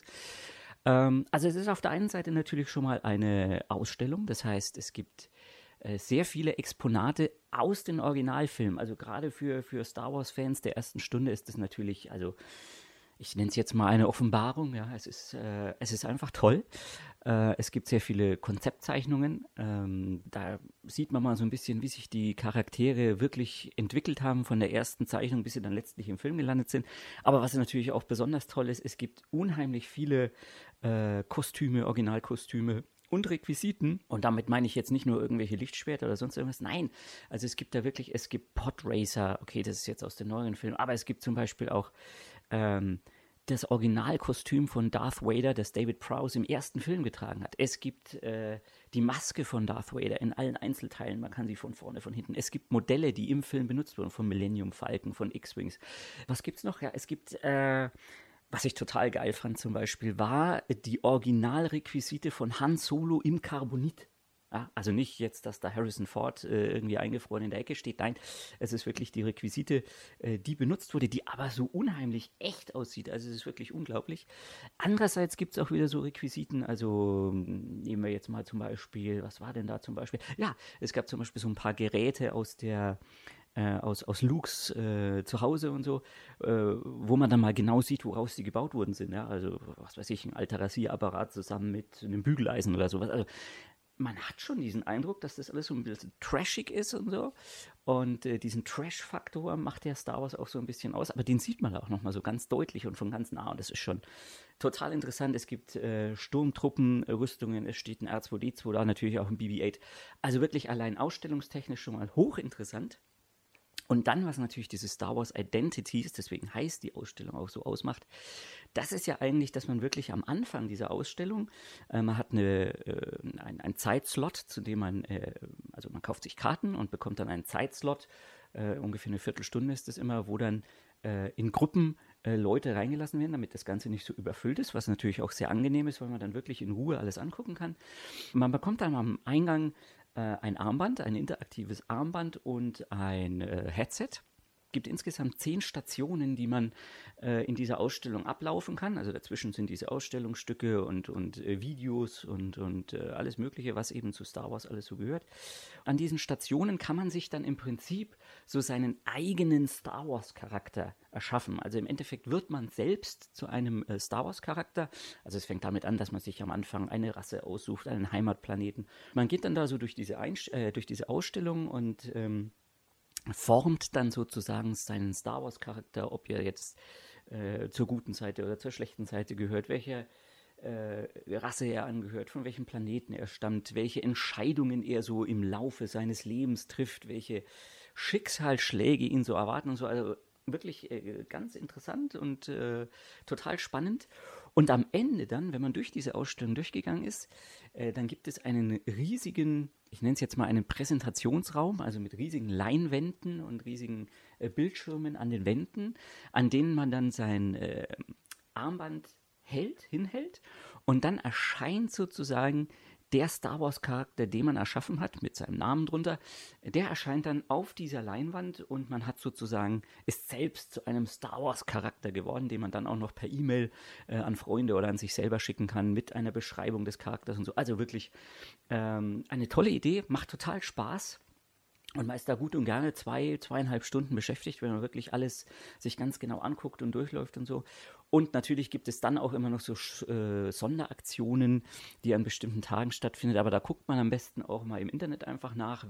Also es ist auf der einen Seite natürlich schon mal eine Ausstellung, das heißt, es gibt sehr viele Exponate aus den Originalfilmen. Also gerade für Star Wars-Fans der ersten Stunde ist das natürlich, also ich nenne es jetzt mal eine Offenbarung, ja, es ist einfach toll. Es gibt sehr viele Konzeptzeichnungen. Da sieht man mal so ein bisschen, wie sich die Charaktere wirklich entwickelt haben von der ersten Zeichnung, bis sie dann letztlich im Film gelandet sind. Aber was natürlich auch besonders toll ist, es gibt unheimlich viele Kostüme, Originalkostüme und Requisiten. Und damit meine ich jetzt nicht nur irgendwelche Lichtschwerter oder sonst irgendwas. Nein, also es gibt Podracer, okay, das ist jetzt aus den neueren Filmen, aber es gibt zum Beispiel auch das Originalkostüm von Darth Vader, das David Prowse im ersten Film getragen hat. Es gibt die Maske von Darth Vader in allen Einzelteilen. Man kann sie von vorne, von hinten. Es gibt Modelle, die im Film benutzt wurden, von Millennium Falcon, von X-Wings. Was gibt's noch? Ja, es gibt, was ich total geil fand zum Beispiel, war die Originalrequisite von Han Solo im Carbonit. Ja, also nicht jetzt, dass da Harrison Ford irgendwie eingefroren in der Ecke steht. Nein, es ist wirklich die Requisite, die benutzt wurde, die aber so unheimlich echt aussieht. Also es ist wirklich unglaublich. Andererseits gibt es auch wieder so Requisiten, also nehmen wir jetzt mal zum Beispiel, was war denn da zum Beispiel? Ja, es gab zum Beispiel so ein paar Geräte aus Lukes Zuhause und so, wo man dann mal genau sieht, woraus die gebaut worden sind. Ja? Also, was weiß ich, ein alter Rasierapparat zusammen mit einem Bügeleisen oder sowas. Also, man hat schon diesen Eindruck, dass das alles so ein bisschen trashig ist und so. Und diesen Trash-Faktor macht der Star Wars auch so ein bisschen aus. Aber den sieht man auch nochmal so ganz deutlich und von ganz nah. Und das ist schon total interessant. Es gibt Sturmtruppenrüstungen, es steht ein R2D2 da, natürlich auch ein BB-8. Also wirklich allein ausstellungstechnisch schon mal hochinteressant. Und dann, was natürlich diese Star Wars Identities, deswegen heißt die Ausstellung auch so, ausmacht, das ist ja eigentlich, dass man wirklich am Anfang dieser Ausstellung, man hat einen Zeitslot, zu dem man kauft sich Karten und bekommt dann einen Zeitslot, ungefähr eine Viertelstunde ist das immer, wo dann in Gruppen Leute reingelassen werden, damit das Ganze nicht so überfüllt ist, was natürlich auch sehr angenehm ist, weil man dann wirklich in Ruhe alles angucken kann. Man bekommt dann am Eingang ein Armband, ein interaktives Armband und ein Headset. gibt insgesamt 10 Stationen, die man in dieser Ausstellung ablaufen kann. Also dazwischen sind diese Ausstellungsstücke und Videos und alles Mögliche, was eben zu Star Wars alles so gehört. An diesen Stationen kann man sich dann im Prinzip so seinen eigenen Star Wars-Charakter erschaffen. Also im Endeffekt wird man selbst zu einem Star Wars-Charakter. Also es fängt damit an, dass man sich am Anfang eine Rasse aussucht, einen Heimatplaneten. Man geht dann da so durch diese Ausstellung und formt dann sozusagen seinen Star Wars-Charakter, ob er jetzt zur guten Seite oder zur schlechten Seite gehört, welcher Rasse er angehört, von welchem Planeten er stammt, welche Entscheidungen er so im Laufe seines Lebens trifft, welche Schicksalsschläge ihn so erwarten und so. Also wirklich ganz interessant und total spannend. Und am Ende dann, wenn man durch diese Ausstellung durchgegangen ist, dann gibt es einen riesigen, ich nenne es jetzt mal einen Präsentationsraum, also mit riesigen Leinwänden und riesigen Bildschirmen an den Wänden, an denen man dann sein Armband hinhält und dann erscheint sozusagen der Star Wars-Charakter, den man erschaffen hat, mit seinem Namen drunter, der erscheint dann auf dieser Leinwand und man hat sozusagen, ist selbst zu einem Star Wars-Charakter geworden, den man dann auch noch per E-Mail an Freunde oder an sich selber schicken kann, mit einer Beschreibung des Charakters und so. Also wirklich eine tolle Idee, macht total Spaß. Und man ist da gut und gerne 2,5 Stunden beschäftigt, wenn man wirklich alles sich ganz genau anguckt und durchläuft und so. Und natürlich gibt es dann auch immer noch so Sonderaktionen, die an bestimmten Tagen stattfinden. Aber da guckt man am besten auch mal im Internet einfach nach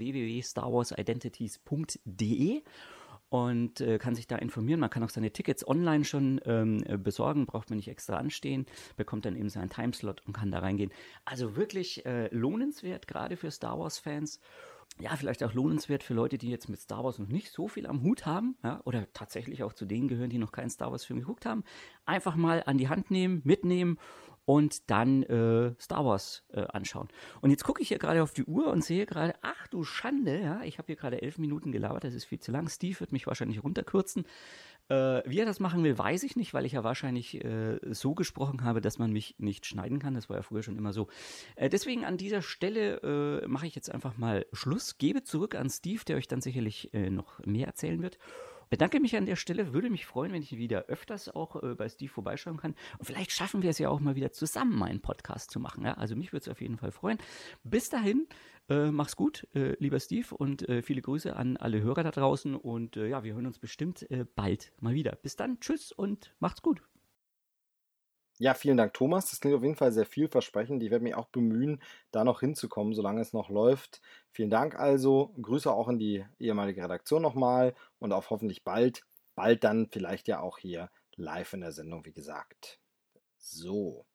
www.starwarsidentities.de und kann sich da informieren. Man kann auch seine Tickets online schon besorgen, braucht man nicht extra anstehen, bekommt dann eben seinen Timeslot und kann da reingehen. Also wirklich lohnenswert, gerade für Star Wars-Fans. Ja, vielleicht auch lohnenswert für Leute, die jetzt mit Star Wars noch nicht so viel am Hut haben, ja, oder tatsächlich auch zu denen gehören, die noch keinen Star Wars-Film geguckt haben. Einfach mal an die Hand nehmen, mitnehmen und dann Star Wars anschauen. Und jetzt gucke ich hier gerade auf die Uhr und sehe gerade, ach du Schande, ja, ich habe hier gerade 11 Minuten gelabert, das ist viel zu lang. Steve wird mich wahrscheinlich runterkürzen. Wie er das machen will, weiß ich nicht, weil ich ja wahrscheinlich so gesprochen habe, dass man mich nicht schneiden kann. Das war ja früher schon immer so. Deswegen an dieser Stelle mache ich jetzt einfach mal Schluss, gebe zurück an Steve, der euch dann sicherlich noch mehr erzählen wird. Bedanke mich an der Stelle, würde mich freuen, wenn ich wieder öfters auch bei Steve vorbeischauen kann. Und vielleicht schaffen wir es ja auch mal wieder zusammen, einen Podcast zu machen. Ja? Also mich würde es auf jeden Fall freuen. Bis dahin, mach's gut, lieber Steve, und viele Grüße an alle Hörer da draußen. Und ja, wir hören uns bestimmt bald mal wieder. Bis dann, tschüss und macht's gut. Ja, vielen Dank, Thomas. Das klingt auf jeden Fall sehr vielversprechend. Ich werde mich auch bemühen, da noch hinzukommen, solange es noch läuft. Vielen Dank also. Grüße auch in die ehemalige Redaktion nochmal und auf hoffentlich bald. Bald dann vielleicht ja auch hier live in der Sendung, wie gesagt. So.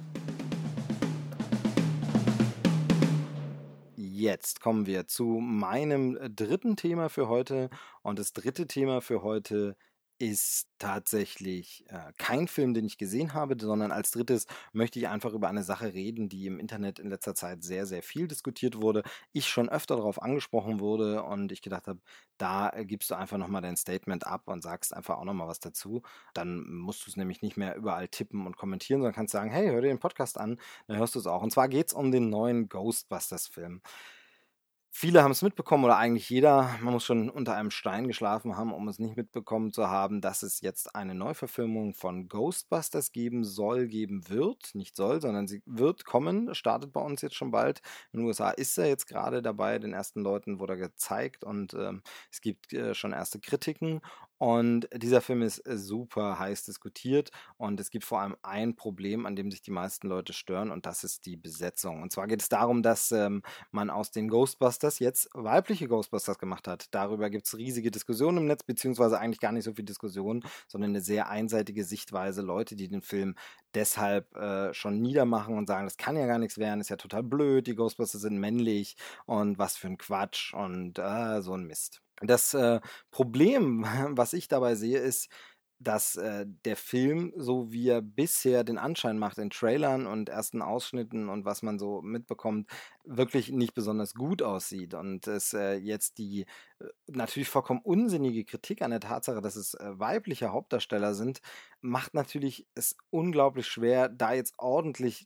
Jetzt kommen wir zu meinem dritten Thema für heute. Und das dritte Thema für heute ist tatsächlich kein Film, den ich gesehen habe, sondern als drittes möchte ich einfach über eine Sache reden, die im Internet in letzter Zeit sehr, sehr viel diskutiert wurde. Ich schon öfter darauf angesprochen wurde und ich gedacht habe, da gibst du einfach nochmal dein Statement ab und sagst einfach auch nochmal was dazu. Dann musst du es nämlich nicht mehr überall tippen und kommentieren, sondern kannst sagen, hey, hör dir den Podcast an, dann hörst du es auch. Und zwar geht es um den neuen Ghostbusters-Film. Viele haben es mitbekommen oder eigentlich jeder, man muss schon unter einem Stein geschlafen haben, um es nicht mitbekommen zu haben, dass es jetzt eine Neuverfilmung von Ghostbusters geben wird, nicht soll, sondern sie wird kommen, startet bei uns jetzt schon bald. In den USA ist er jetzt gerade dabei, den ersten Leuten wurde er gezeigt und es gibt schon erste Kritiken und dieser Film ist super heiß diskutiert und es gibt vor allem ein Problem, an dem sich die meisten Leute stören und das ist die Besetzung. Und zwar geht es darum, dass man aus den Ghostbusters jetzt weibliche Ghostbusters gemacht hat. Darüber gibt es riesige Diskussionen im Netz, beziehungsweise eigentlich gar nicht so viel Diskussion, sondern eine sehr einseitige Sichtweise. Leute, die den Film deshalb schon niedermachen und sagen, das kann ja gar nichts werden, ist ja total blöd, die Ghostbusters sind männlich und was für ein Quatsch und so ein Mist. Das Problem, was ich dabei sehe, ist, dass der Film, so wie er bisher den Anschein macht in Trailern und ersten Ausschnitten und was man so mitbekommt, wirklich nicht besonders gut aussieht. Und es jetzt die natürlich vollkommen unsinnige Kritik an der Tatsache, dass es weibliche Hauptdarsteller sind, macht natürlich es unglaublich schwer, da jetzt ordentlich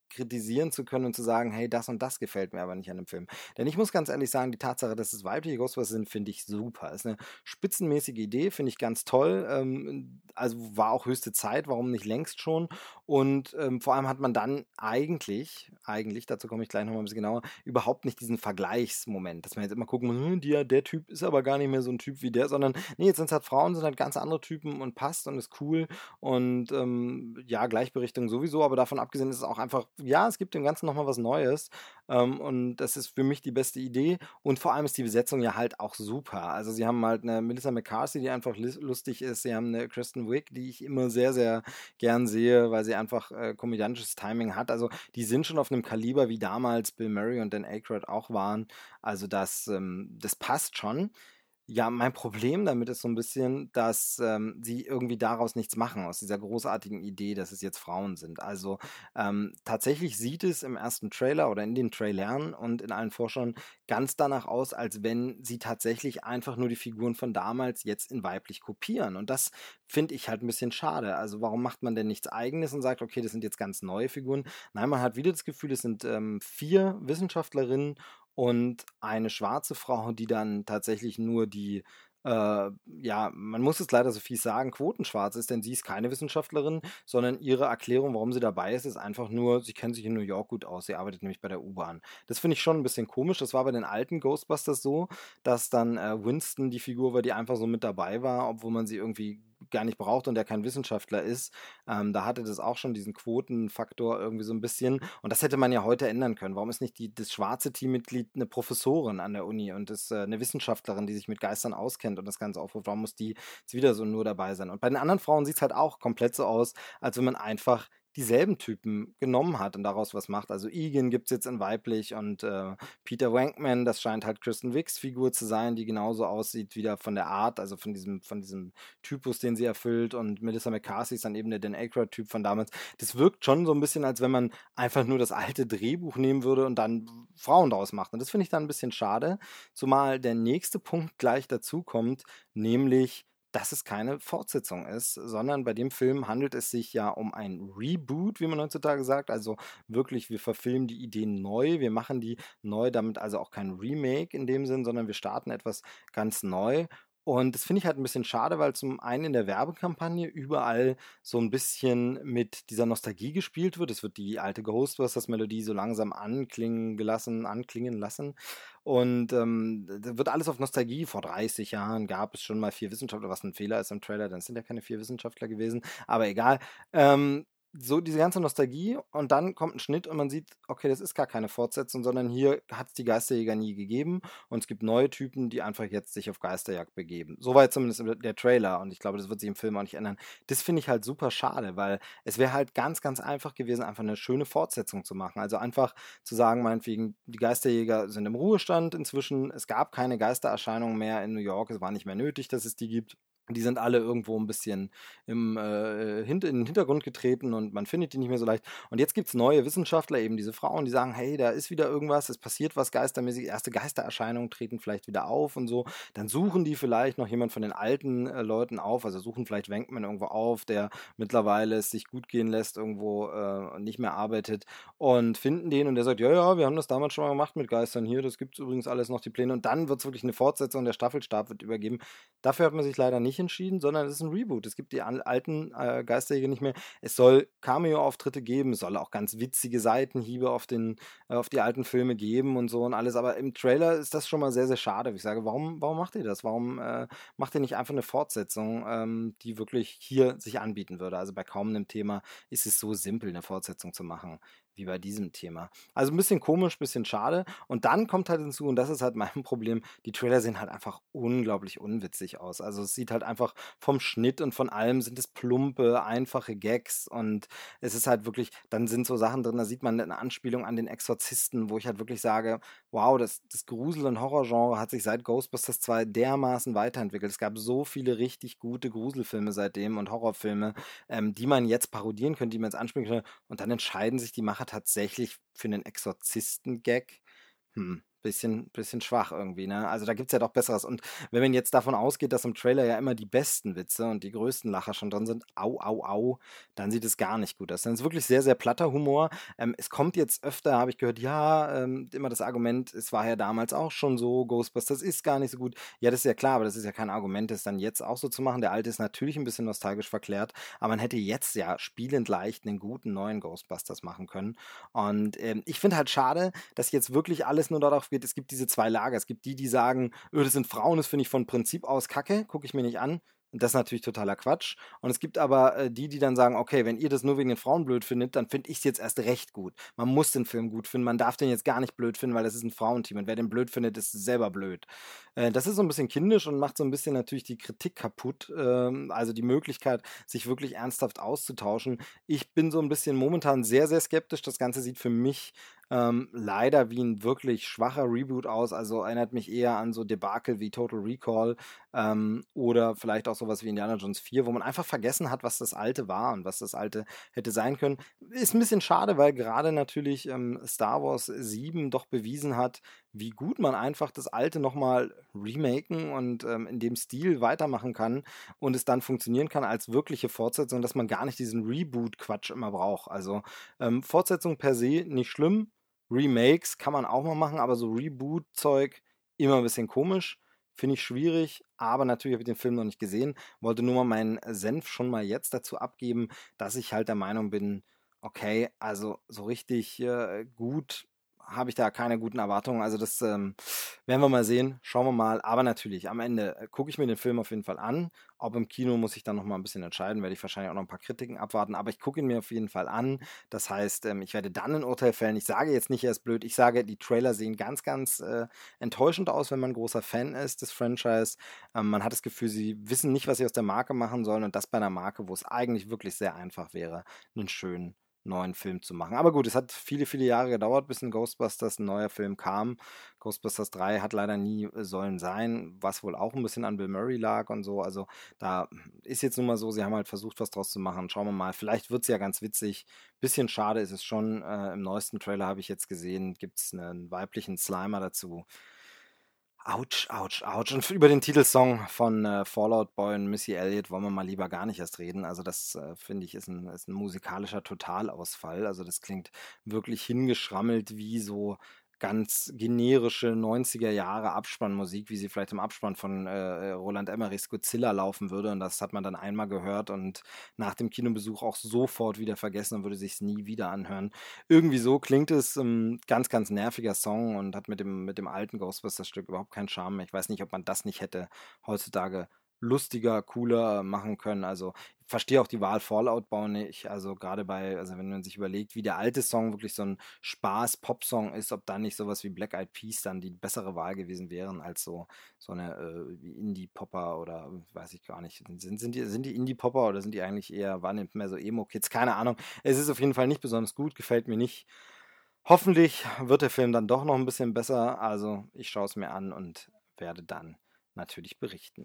kritisieren zu können und zu sagen, hey, das und das gefällt mir aber nicht an dem Film. Denn ich muss ganz ehrlich sagen, die Tatsache, dass es weibliche Ghostbusters sind, finde ich super. Ist eine spitzenmäßige Idee, finde ich ganz toll. Also war auch höchste Zeit, warum nicht längst schon. Und vor allem hat man dann eigentlich, dazu komme ich gleich nochmal ein bisschen genauer, überhaupt nicht diesen Vergleichsmoment, dass man jetzt immer gucken muss, der Typ ist aber gar nicht mehr so ein Typ wie der, sondern nee, jetzt sind es halt Frauen, sind halt ganz andere Typen und passt und ist cool. Und ja, Gleichberechtigung sowieso, aber davon abgesehen ist es auch einfach, ja, es gibt dem Ganzen nochmal was Neues. Und das ist für mich die beste Idee. Und vor allem ist die Besetzung ja halt auch super. Also sie haben halt eine Melissa McCarthy, die einfach lustig ist. Sie haben eine Kristen Wiig, die ich immer sehr, sehr gern sehe, weil sie einfach komödiantisches Timing hat. Also die sind schon auf einem Kaliber, wie damals Bill Murray und Dan Aykroyd auch waren. Also das passt schon. Ja, mein Problem damit ist so ein bisschen, dass sie irgendwie daraus nichts machen, aus dieser großartigen Idee, dass es jetzt Frauen sind. Also tatsächlich sieht es im ersten Trailer oder in den Trailern und in allen Vorschauen ganz danach aus, als wenn sie tatsächlich einfach nur die Figuren von damals jetzt in weiblich kopieren. Und das finde ich halt ein bisschen schade. Also warum macht man denn nichts Eigenes und sagt, okay, das sind jetzt ganz neue Figuren? Nein, man hat wieder das Gefühl, es sind 4 Wissenschaftlerinnen und eine schwarze Frau, die dann tatsächlich nur ja, man muss es leider so fies sagen, quotenschwarz ist, denn sie ist keine Wissenschaftlerin, sondern ihre Erklärung, warum sie dabei ist, ist einfach nur, sie kennt sich in New York gut aus, sie arbeitet nämlich bei der U-Bahn. Das finde ich schon ein bisschen komisch, das war bei den alten Ghostbusters so, dass dann Winston die Figur war, die einfach so mit dabei war, obwohl man sie irgendwie gar nicht braucht und der kein Wissenschaftler ist. Da hatte das auch schon diesen Quotenfaktor irgendwie so ein bisschen. Und das hätte man ja heute ändern können. Warum ist nicht das schwarze Teammitglied eine Professorin an der Uni und ist eine Wissenschaftlerin, die sich mit Geistern auskennt und das Ganze aufruft? Warum muss die jetzt wieder so nur dabei sein? Und bei den anderen Frauen sieht es halt auch komplett so aus, als wenn man einfach dieselben Typen genommen hat und daraus was macht. Also Egan gibt es jetzt in weiblich und Peter Venkman, das scheint halt Kristen Wicks Figur zu sein, die genauso aussieht wieder von der Art, also von diesem Typus, den sie erfüllt, und Melissa McCarthy ist dann eben der Dan Aykroyd-Typ von damals. Das wirkt schon so ein bisschen, als wenn man einfach nur das alte Drehbuch nehmen würde und dann Frauen daraus macht. Und das finde ich dann ein bisschen schade, zumal der nächste Punkt gleich dazu kommt, nämlich dass es keine Fortsetzung ist, sondern bei dem Film handelt es sich ja um ein Reboot, wie man heutzutage sagt. Also wirklich, wir verfilmen die Ideen neu, wir machen die neu, damit also auch kein Remake in dem Sinn, sondern wir starten etwas ganz neu. Und das finde ich halt ein bisschen schade, weil zum einen in der Werbekampagne überall so ein bisschen mit dieser Nostalgie gespielt wird. Es wird die alte Ghostbusters-Melodie so langsam anklingen lassen. Und da wird alles auf Nostalgie. Vor 30 Jahren gab es schon mal 4 Wissenschaftler, was ein Fehler ist im Trailer, dann sind ja keine 4 Wissenschaftler gewesen, aber egal. So diese ganze Nostalgie und dann kommt ein Schnitt und man sieht, okay, das ist gar keine Fortsetzung, sondern hier hat es die Geisterjäger nie gegeben und es gibt neue Typen, die einfach jetzt sich auf Geisterjagd begeben. Soweit zumindest der Trailer und ich glaube, das wird sich im Film auch nicht ändern. Das finde ich halt super schade, weil es wäre halt ganz, ganz einfach gewesen, einfach eine schöne Fortsetzung zu machen. Also einfach zu sagen, meinetwegen, die Geisterjäger sind im Ruhestand inzwischen, es gab keine Geistererscheinungen mehr in New York, es war nicht mehr nötig, dass es die gibt. Die sind alle irgendwo ein bisschen in den Hintergrund getreten und man findet die nicht mehr so leicht. Und jetzt gibt es neue Wissenschaftler, eben diese Frauen, die sagen, hey, da ist wieder irgendwas, es passiert was geistermäßig, erste Geistererscheinungen treten vielleicht wieder auf und so. Dann suchen die vielleicht noch jemand von den alten Leuten auf, also suchen vielleicht Venkman irgendwo auf, der mittlerweile es sich gut gehen lässt, irgendwo nicht mehr arbeitet und finden den und der sagt, ja, ja, wir haben das damals schon mal gemacht mit Geistern hier, das gibt es übrigens alles noch, die Pläne. Und dann wird es wirklich eine Fortsetzung, der Staffelstab wird übergeben. Dafür hat man sich leider nicht entschieden, sondern es ist ein Reboot. Es gibt die alten Geisterjäger nicht mehr. Es soll Cameo-Auftritte geben, es soll auch ganz witzige Seitenhiebe auf die alten Filme geben und so und alles. Aber im Trailer ist das schon mal sehr, sehr schade. Ich sage, warum macht ihr das? Warum macht ihr nicht einfach eine Fortsetzung, die wirklich hier sich anbieten würde? Also bei kaum einem Thema ist es so simpel, eine Fortsetzung zu machen wie bei diesem Thema. Also ein bisschen komisch, ein bisschen schade. Und dann kommt halt hinzu, und das ist halt mein Problem, die Trailer sehen halt einfach unglaublich unwitzig aus. Also es sieht halt einfach vom Schnitt und von allem sind es plumpe, einfache Gags und es ist halt wirklich, dann sind so Sachen drin, da sieht man eine Anspielung an den Exorzisten, wo ich halt wirklich sage, wow, das Grusel- und Horrorgenre hat sich seit Ghostbusters 2 dermaßen weiterentwickelt. Es gab so viele richtig gute Gruselfilme seitdem und Horrorfilme, die man jetzt parodieren könnte, die man jetzt anspielen könnte und dann entscheiden sich die Macher tatsächlich für einen Exorzisten-Gag. bisschen schwach irgendwie, ne? Also da gibt's ja doch Besseres. Und wenn man jetzt davon ausgeht, dass im Trailer ja immer die besten Witze und die größten Lacher schon drin sind, au, au, au, dann sieht es gar nicht gut aus. Dann ist wirklich sehr, sehr platter Humor. Es kommt jetzt öfter, habe ich gehört, ja, immer das Argument, es war ja damals auch schon so, Ghostbusters ist gar nicht so gut. Ja, das ist ja klar, aber das ist ja kein Argument, das dann jetzt auch so zu machen. Der alte ist natürlich ein bisschen nostalgisch verklärt, aber man hätte jetzt ja spielend leicht einen guten neuen Ghostbusters machen können. Und ich finde halt schade, dass jetzt wirklich alles nur darauf geht, es gibt diese zwei Lager. Es gibt die, die sagen, das sind Frauen, das finde ich von Prinzip aus kacke, gucke ich mir nicht an. Und das ist natürlich totaler Quatsch. Und es gibt aber die, die dann sagen, okay, wenn ihr das nur wegen den Frauen blöd findet, dann finde ich es jetzt erst recht gut. Man muss den Film gut finden, man darf den jetzt gar nicht blöd finden, weil das ist ein Frauenteam. Und wer den blöd findet, ist selber blöd. Das ist so ein bisschen kindisch und macht so ein bisschen natürlich die Kritik kaputt. Also die Möglichkeit, sich wirklich ernsthaft auszutauschen. Ich bin so ein bisschen momentan sehr, sehr skeptisch. Das Ganze sieht für mich leider wie ein wirklich schwacher Reboot aus. Also erinnert mich eher an so Debakel wie Total Recall oder vielleicht auch sowas wie Indiana Jones 4, wo man einfach vergessen hat, was das Alte war und was das Alte hätte sein können. Ist ein bisschen schade, weil gerade natürlich Star Wars 7 doch bewiesen hat, wie gut man einfach das Alte nochmal remaken und in dem Stil weitermachen kann und es dann funktionieren kann als wirkliche Fortsetzung, dass man gar nicht diesen Reboot-Quatsch immer braucht. Also Fortsetzung per se nicht schlimm, Remakes kann man auch mal machen, aber so Reboot-Zeug immer ein bisschen komisch. Finde ich schwierig, aber natürlich habe ich den Film noch nicht gesehen. Wollte nur mal meinen Senf schon mal jetzt dazu abgeben, dass ich halt der Meinung bin, okay, also so richtig gut habe ich da keine guten Erwartungen. Also das werden wir mal sehen. Schauen wir mal. Aber natürlich, am Ende gucke ich mir den Film auf jeden Fall an. Ob im Kino muss ich dann noch mal ein bisschen entscheiden, werde ich wahrscheinlich auch noch ein paar Kritiken abwarten. Aber ich gucke ihn mir auf jeden Fall an. Das heißt, ich werde dann ein Urteil fällen. Ich sage jetzt nicht, er ist blöd. Ich sage, die Trailer sehen ganz, ganz enttäuschend aus, wenn man ein großer Fan ist des Franchise. Man hat das Gefühl, sie wissen nicht, was sie aus der Marke machen sollen. Und das bei einer Marke, wo es eigentlich wirklich sehr einfach wäre, einen schönen neuen Film zu machen. Aber gut, es hat viele, viele Jahre gedauert, bis in Ghostbusters ein neuer Film kam. Ghostbusters 3 hat leider nie sollen sein, was wohl auch ein bisschen an Bill Murray lag und so. Also da ist jetzt nun mal so, sie haben halt versucht, was draus zu machen. Schauen wir mal. Vielleicht wird es ja ganz witzig. Bisschen schade ist es schon. Im neuesten Trailer habe ich jetzt gesehen, gibt es einen weiblichen Slimer dazu. Autsch, Autsch, Autsch. Und über den Titelsong von Fallout Boy und Missy Elliott wollen wir mal lieber gar nicht erst reden. Also das finde ich ist ein musikalischer Totalausfall. Also das klingt wirklich hingeschrammelt wie so ganz generische 90er Jahre Abspannmusik, wie sie vielleicht im Abspann von Roland Emmerichs Godzilla laufen würde. Und das hat man dann einmal gehört und nach dem Kinobesuch auch sofort wieder vergessen und würde sich es nie wieder anhören. Irgendwie so klingt es, ganz, ganz nerviger Song und hat mit dem alten Ghostbusters-Stück überhaupt keinen Charme. Ich weiß nicht, ob man das nicht hätte heutzutage lustiger, cooler machen können. Also ich verstehe auch die Wahl Fallout Boy nicht. Also gerade also wenn man sich überlegt, wie der alte Song wirklich so ein Spaß-Pop-Song ist, ob dann nicht sowas wie Black Eyed Peas dann die bessere Wahl gewesen wären als so eine wie Indie-Popper oder weiß ich gar nicht. Sind die Indie-Popper oder sind die eigentlich eher, waren die mehr so Emo-Kids? Keine Ahnung. Es ist auf jeden Fall nicht besonders gut, gefällt mir nicht. Hoffentlich wird der Film dann doch noch ein bisschen besser. Also ich schaue es mir an und werde dann natürlich berichten.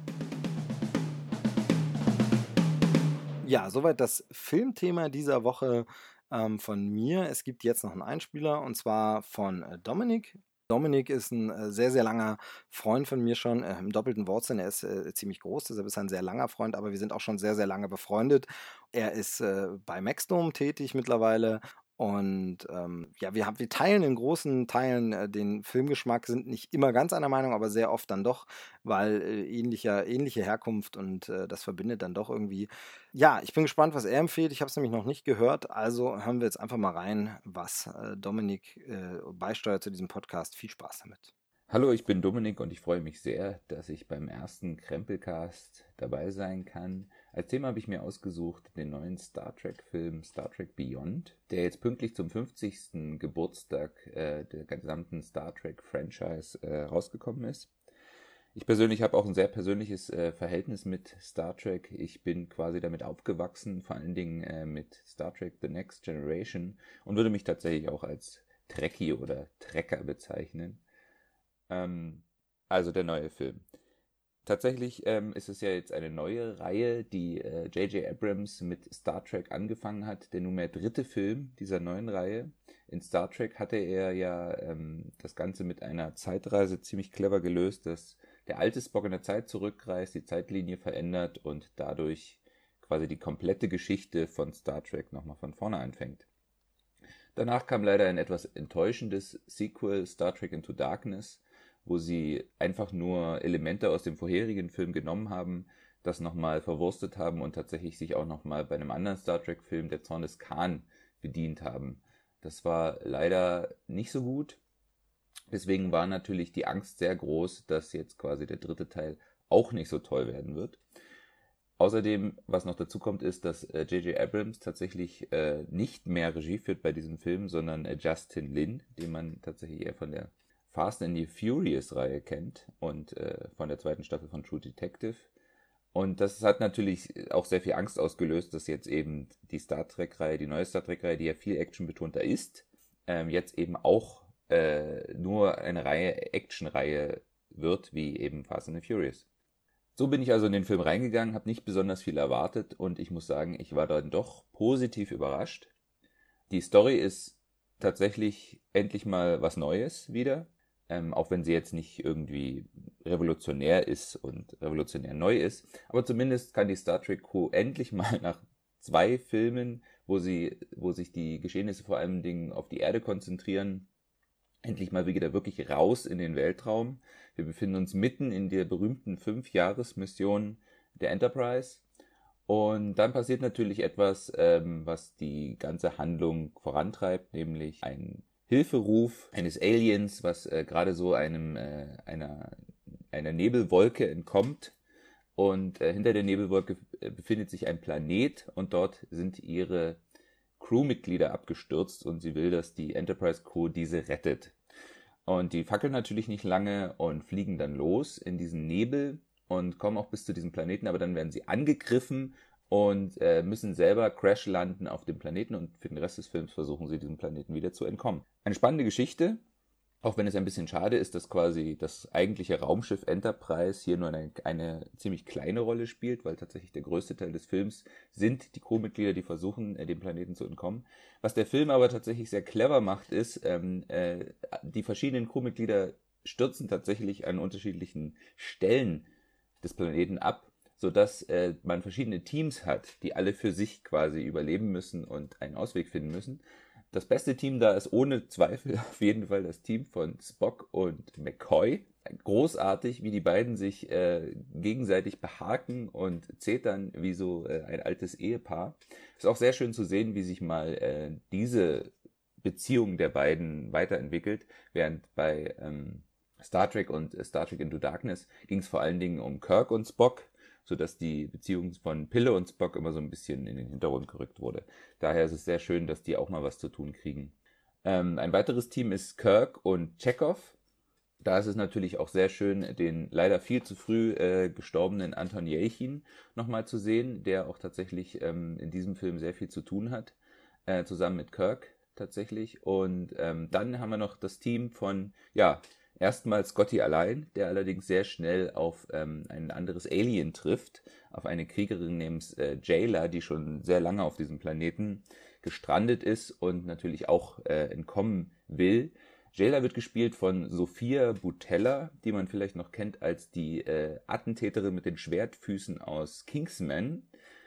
Ja, soweit das Filmthema dieser Woche von mir. Es gibt jetzt noch einen Einspieler und zwar von Dominik. Dominik ist ein sehr, sehr langer Freund von mir schon, im doppelten Wortsinn. Er ist ziemlich groß, deshalb ist er ein sehr langer Freund, aber wir sind auch schon sehr, sehr lange befreundet. Er ist bei Maxdome tätig mittlerweile. Und ja, wir teilen in großen Teilen den Filmgeschmack, sind nicht immer ganz einer Meinung, aber sehr oft dann doch, weil ähnliche Herkunft und das verbindet dann doch irgendwie. Ja, ich bin gespannt, was er empfiehlt. Ich habe es nämlich noch nicht gehört, also hören wir jetzt einfach mal rein, was Dominik beisteuert zu diesem Podcast. Viel Spaß damit. Hallo, ich bin Dominik und ich freue mich sehr, dass ich beim ersten Krempelcast dabei sein kann. Als Thema habe ich mir ausgesucht den neuen Star Trek-Film Star Trek Beyond, der jetzt pünktlich zum 50. Geburtstag der gesamten Star Trek-Franchise rausgekommen ist. Ich persönlich habe auch ein sehr persönliches Verhältnis mit Star Trek. Ich bin quasi damit aufgewachsen, vor allen Dingen mit Star Trek The Next Generation und würde mich tatsächlich auch als Trekkie oder Trekker bezeichnen. Also der neue Film. Tatsächlich ist es ja jetzt eine neue Reihe, die J.J. Abrams mit Star Trek angefangen hat, der nunmehr 3. Film dieser neuen Reihe. In Star Trek hatte er ja das Ganze mit einer Zeitreise ziemlich clever gelöst, dass der alte Spock in der Zeit zurückreist, die Zeitlinie verändert und dadurch quasi die komplette Geschichte von Star Trek nochmal von vorne anfängt. Danach kam leider ein etwas enttäuschendes Sequel, Star Trek Into Darkness, wo sie einfach nur Elemente aus dem vorherigen Film genommen haben, das nochmal verwurstet haben und tatsächlich sich auch nochmal bei einem anderen Star Trek-Film, der Zorn des Khan, bedient haben. Das war leider nicht so gut. Deswegen war natürlich die Angst sehr groß, dass jetzt quasi der 3. Teil auch nicht so toll werden wird. Außerdem, was noch dazu kommt, ist, dass J.J. Abrams tatsächlich nicht mehr Regie führt bei diesem Film, sondern Justin Lin, den man tatsächlich eher von der Fast and the Furious-Reihe kennt und von der 2. Staffel von True Detective. Und das hat natürlich auch sehr viel Angst ausgelöst, dass jetzt eben die Star Trek-Reihe, die neue Star Trek-Reihe, die ja viel actionbetonter ist, jetzt eben auch nur eine Actionreihe wird, wie eben Fast and the Furious. So bin ich also in den Film reingegangen, habe nicht besonders viel erwartet und ich muss sagen, ich war dann doch positiv überrascht. Die Story ist tatsächlich endlich mal was Neues wieder. Auch wenn sie jetzt nicht irgendwie revolutionär ist und revolutionär neu ist. Aber zumindest kann die Star Trek Crew endlich mal nach 2 Filmen, wo sich die Geschehnisse vor allen Dingen auf die Erde konzentrieren, endlich mal wieder wirklich raus in den Weltraum. Wir befinden uns mitten in der berühmten 5-Jahres-Mission der Enterprise. Und dann passiert natürlich etwas, was die ganze Handlung vorantreibt, nämlich ein Hilferuf eines Aliens, was gerade so einer Nebelwolke entkommt. Und hinter der Nebelwolke befindet sich ein Planet und dort sind ihre Crewmitglieder abgestürzt und sie will, dass die Enterprise Crew diese rettet. Und die fackeln natürlich nicht lange und fliegen dann los in diesen Nebel und kommen auch bis zu diesem Planeten, aber dann werden sie angegriffen und müssen selber crash landen auf dem Planeten und für den Rest des Films versuchen sie, diesem Planeten wieder zu entkommen. Eine spannende Geschichte, auch wenn es ein bisschen schade ist, dass quasi das eigentliche Raumschiff Enterprise hier nur eine ziemlich kleine Rolle spielt, weil tatsächlich der größte Teil des Films sind die Crewmitglieder, die versuchen, dem Planeten zu entkommen. Was der Film aber tatsächlich sehr clever macht, ist, die verschiedenen Crewmitglieder stürzen tatsächlich an unterschiedlichen Stellen des Planeten ab, sodass man verschiedene Teams hat, die alle für sich quasi überleben müssen und einen Ausweg finden müssen. Das beste Team da ist ohne Zweifel auf jeden Fall das Team von Spock und McCoy. Großartig, wie die beiden sich gegenseitig behaken und zetern wie so ein altes Ehepaar. Ist auch sehr schön zu sehen, wie sich mal diese Beziehung der beiden weiterentwickelt, während bei Star Trek und Star Trek Into Darkness ging es vor allen Dingen um Kirk und Spock, sodass die Beziehung von Pille und Spock immer so ein bisschen in den Hintergrund gerückt wurde. Daher ist es sehr schön, dass die auch mal was zu tun kriegen. Ein weiteres Team ist Kirk und Chekhov. Da ist es natürlich auch sehr schön, den leider viel zu früh gestorbenen Anton Yelchin nochmal zu sehen, der auch tatsächlich in diesem Film sehr viel zu tun hat, zusammen mit Kirk tatsächlich. Und dann haben wir noch das Team von, erstmal Scotty allein, der allerdings sehr schnell auf ein anderes Alien trifft, auf eine Kriegerin namens Jayla, die schon sehr lange auf diesem Planeten gestrandet ist und natürlich auch entkommen will. Jayla wird gespielt von Sophia Boutella, die man vielleicht noch kennt als die Attentäterin mit den Schwertfüßen aus Kingsman.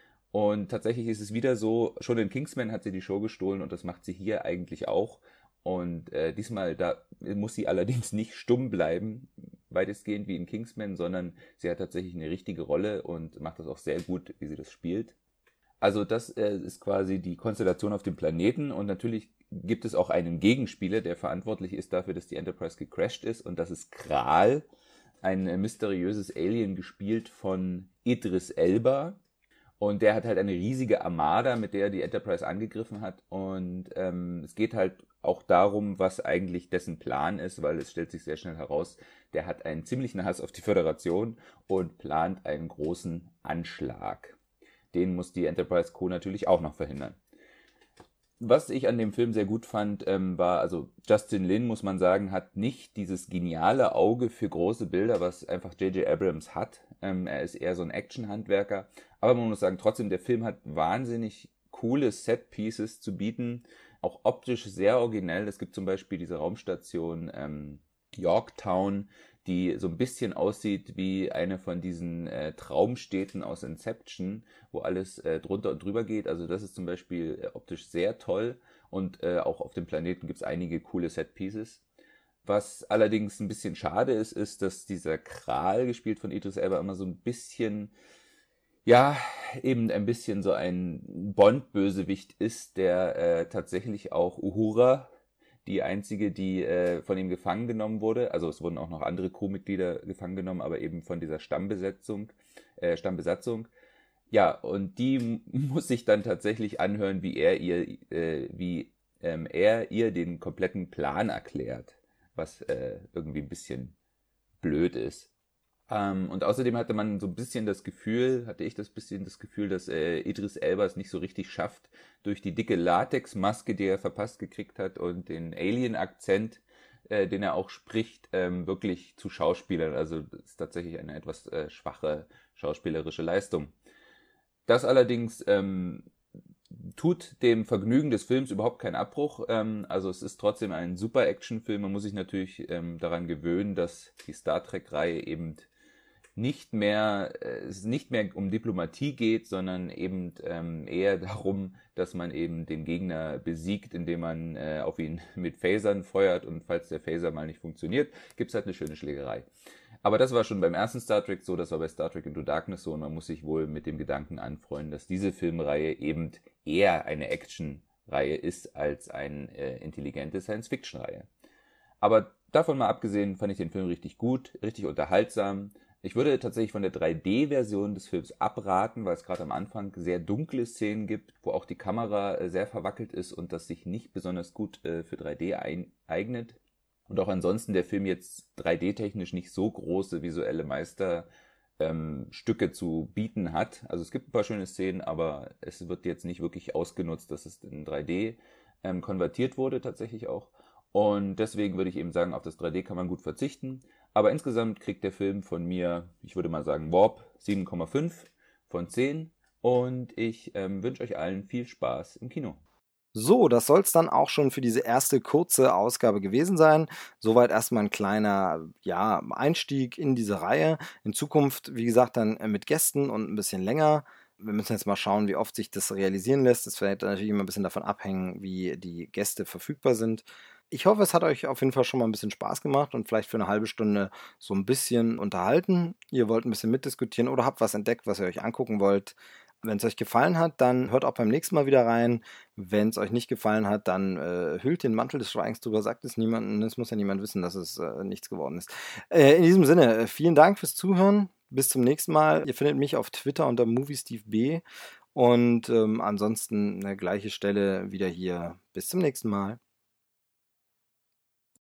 Und tatsächlich ist es wieder so, schon in Kingsman hat sie die Show gestohlen und das macht sie hier eigentlich auch. Und diesmal, da muss sie allerdings nicht stumm bleiben, weitestgehend wie in Kingsman, sondern sie hat tatsächlich eine richtige Rolle und macht das auch sehr gut, wie sie das spielt. Also das ist quasi die Konstellation auf dem Planeten und natürlich gibt es auch einen Gegenspieler, der verantwortlich ist dafür, dass die Enterprise gecrashed ist und das ist Kral, ein mysteriöses Alien gespielt von Idris Elba. Und der hat halt eine riesige Armada, mit der er die Enterprise angegriffen hat. Und es geht halt auch darum, was eigentlich dessen Plan ist, weil es stellt sich sehr schnell heraus, der hat einen ziemlichen Hass auf die Föderation und plant einen großen Anschlag. Den muss die Enterprise Crew natürlich auch noch verhindern. Was ich an dem Film sehr gut fand, war, also Justin Lin, muss man sagen, hat nicht dieses geniale Auge für große Bilder, was einfach J.J. Abrams hat. Er ist eher so ein Action-Handwerker. Aber man muss sagen, trotzdem, der Film hat wahnsinnig coole Set-Pieces zu bieten. Auch optisch sehr originell. Es gibt zum Beispiel diese Raumstation Yorktown, die so ein bisschen aussieht wie eine von diesen Traumstädten aus Inception, wo alles drunter und drüber geht. Also das ist zum Beispiel optisch sehr toll und auch auf dem Planeten gibt es einige coole Set-Pieces. Was allerdings ein bisschen schade ist, ist, dass dieser Kral, gespielt von Idris Elba, immer so ein bisschen, ja, eben ein bisschen so ein Bond-Bösewicht ist, der tatsächlich auch Uhura, die einzige, die von ihm gefangen genommen wurde. Also es wurden auch noch andere Crewmitglieder gefangen genommen, aber eben von dieser Stammbesatzung. Ja, und die muss sich dann tatsächlich anhören, wie er ihr den kompletten Plan erklärt, was irgendwie ein bisschen blöd ist. Und außerdem hatte ich das Gefühl, dass Idris Elba es nicht so richtig schafft, durch die dicke Latexmaske, die er verpasst gekriegt hat, und den Alien-Akzent, den er auch spricht, wirklich zu schauspielern. Also das ist tatsächlich eine etwas schwache schauspielerische Leistung. Das allerdings tut dem Vergnügen des Films überhaupt keinen Abbruch. Also es ist trotzdem ein super Actionfilm. Man muss sich natürlich daran gewöhnen, dass die Star Trek-Reihe eben nicht mehr um Diplomatie geht, sondern eben eher darum, dass man eben den Gegner besiegt, indem man auf ihn mit Phasern feuert, und falls der Phaser mal nicht funktioniert, gibt's halt eine schöne Schlägerei. Aber das war schon beim ersten Star Trek so, das war bei Star Trek Into Darkness so, und man muss sich wohl mit dem Gedanken anfreunden, dass diese Filmreihe eben eher eine Action-Reihe ist als eine intelligente Science-Fiction-Reihe. Aber davon mal abgesehen, fand ich den Film richtig gut, richtig unterhaltsam. Ich würde tatsächlich von der 3D-Version des Films abraten, weil es gerade am Anfang sehr dunkle Szenen gibt, wo auch die Kamera sehr verwackelt ist und das sich nicht besonders gut für 3D eignet. Und auch ansonsten der Film jetzt 3D-technisch nicht so große visuelle Meisterstücke zu bieten hat. Also es gibt ein paar schöne Szenen, aber es wird jetzt nicht wirklich ausgenutzt, dass es in 3D konvertiert wurde tatsächlich auch. Und deswegen würde ich eben sagen, auf das 3D kann man gut verzichten. Aber insgesamt kriegt der Film von mir, ich würde mal sagen, Warp 7,5 von 10. Und ich wünsche euch allen viel Spaß im Kino. So, das soll es dann auch schon für diese erste kurze Ausgabe gewesen sein. Soweit erstmal ein kleiner Einstieg in diese Reihe. In Zukunft, wie gesagt, dann mit Gästen und ein bisschen länger. Wir müssen jetzt mal schauen, wie oft sich das realisieren lässt. Das wird natürlich immer ein bisschen davon abhängen, wie die Gäste verfügbar sind. Ich hoffe, es hat euch auf jeden Fall schon mal ein bisschen Spaß gemacht und vielleicht für eine halbe Stunde so ein bisschen unterhalten. Ihr wollt ein bisschen mitdiskutieren oder habt was entdeckt, was ihr euch angucken wollt. Wenn es euch gefallen hat, dann hört auch beim nächsten Mal wieder rein. Wenn es euch nicht gefallen hat, dann hüllt den Mantel des Schweigens drüber, sagt es niemandem. Es muss ja niemand wissen, dass es nichts geworden ist. In diesem Sinne, vielen Dank fürs Zuhören. Bis zum nächsten Mal. Ihr findet mich auf Twitter unter MovieSteveB. Und ansonsten eine gleiche Stelle wieder hier. Bis zum nächsten Mal.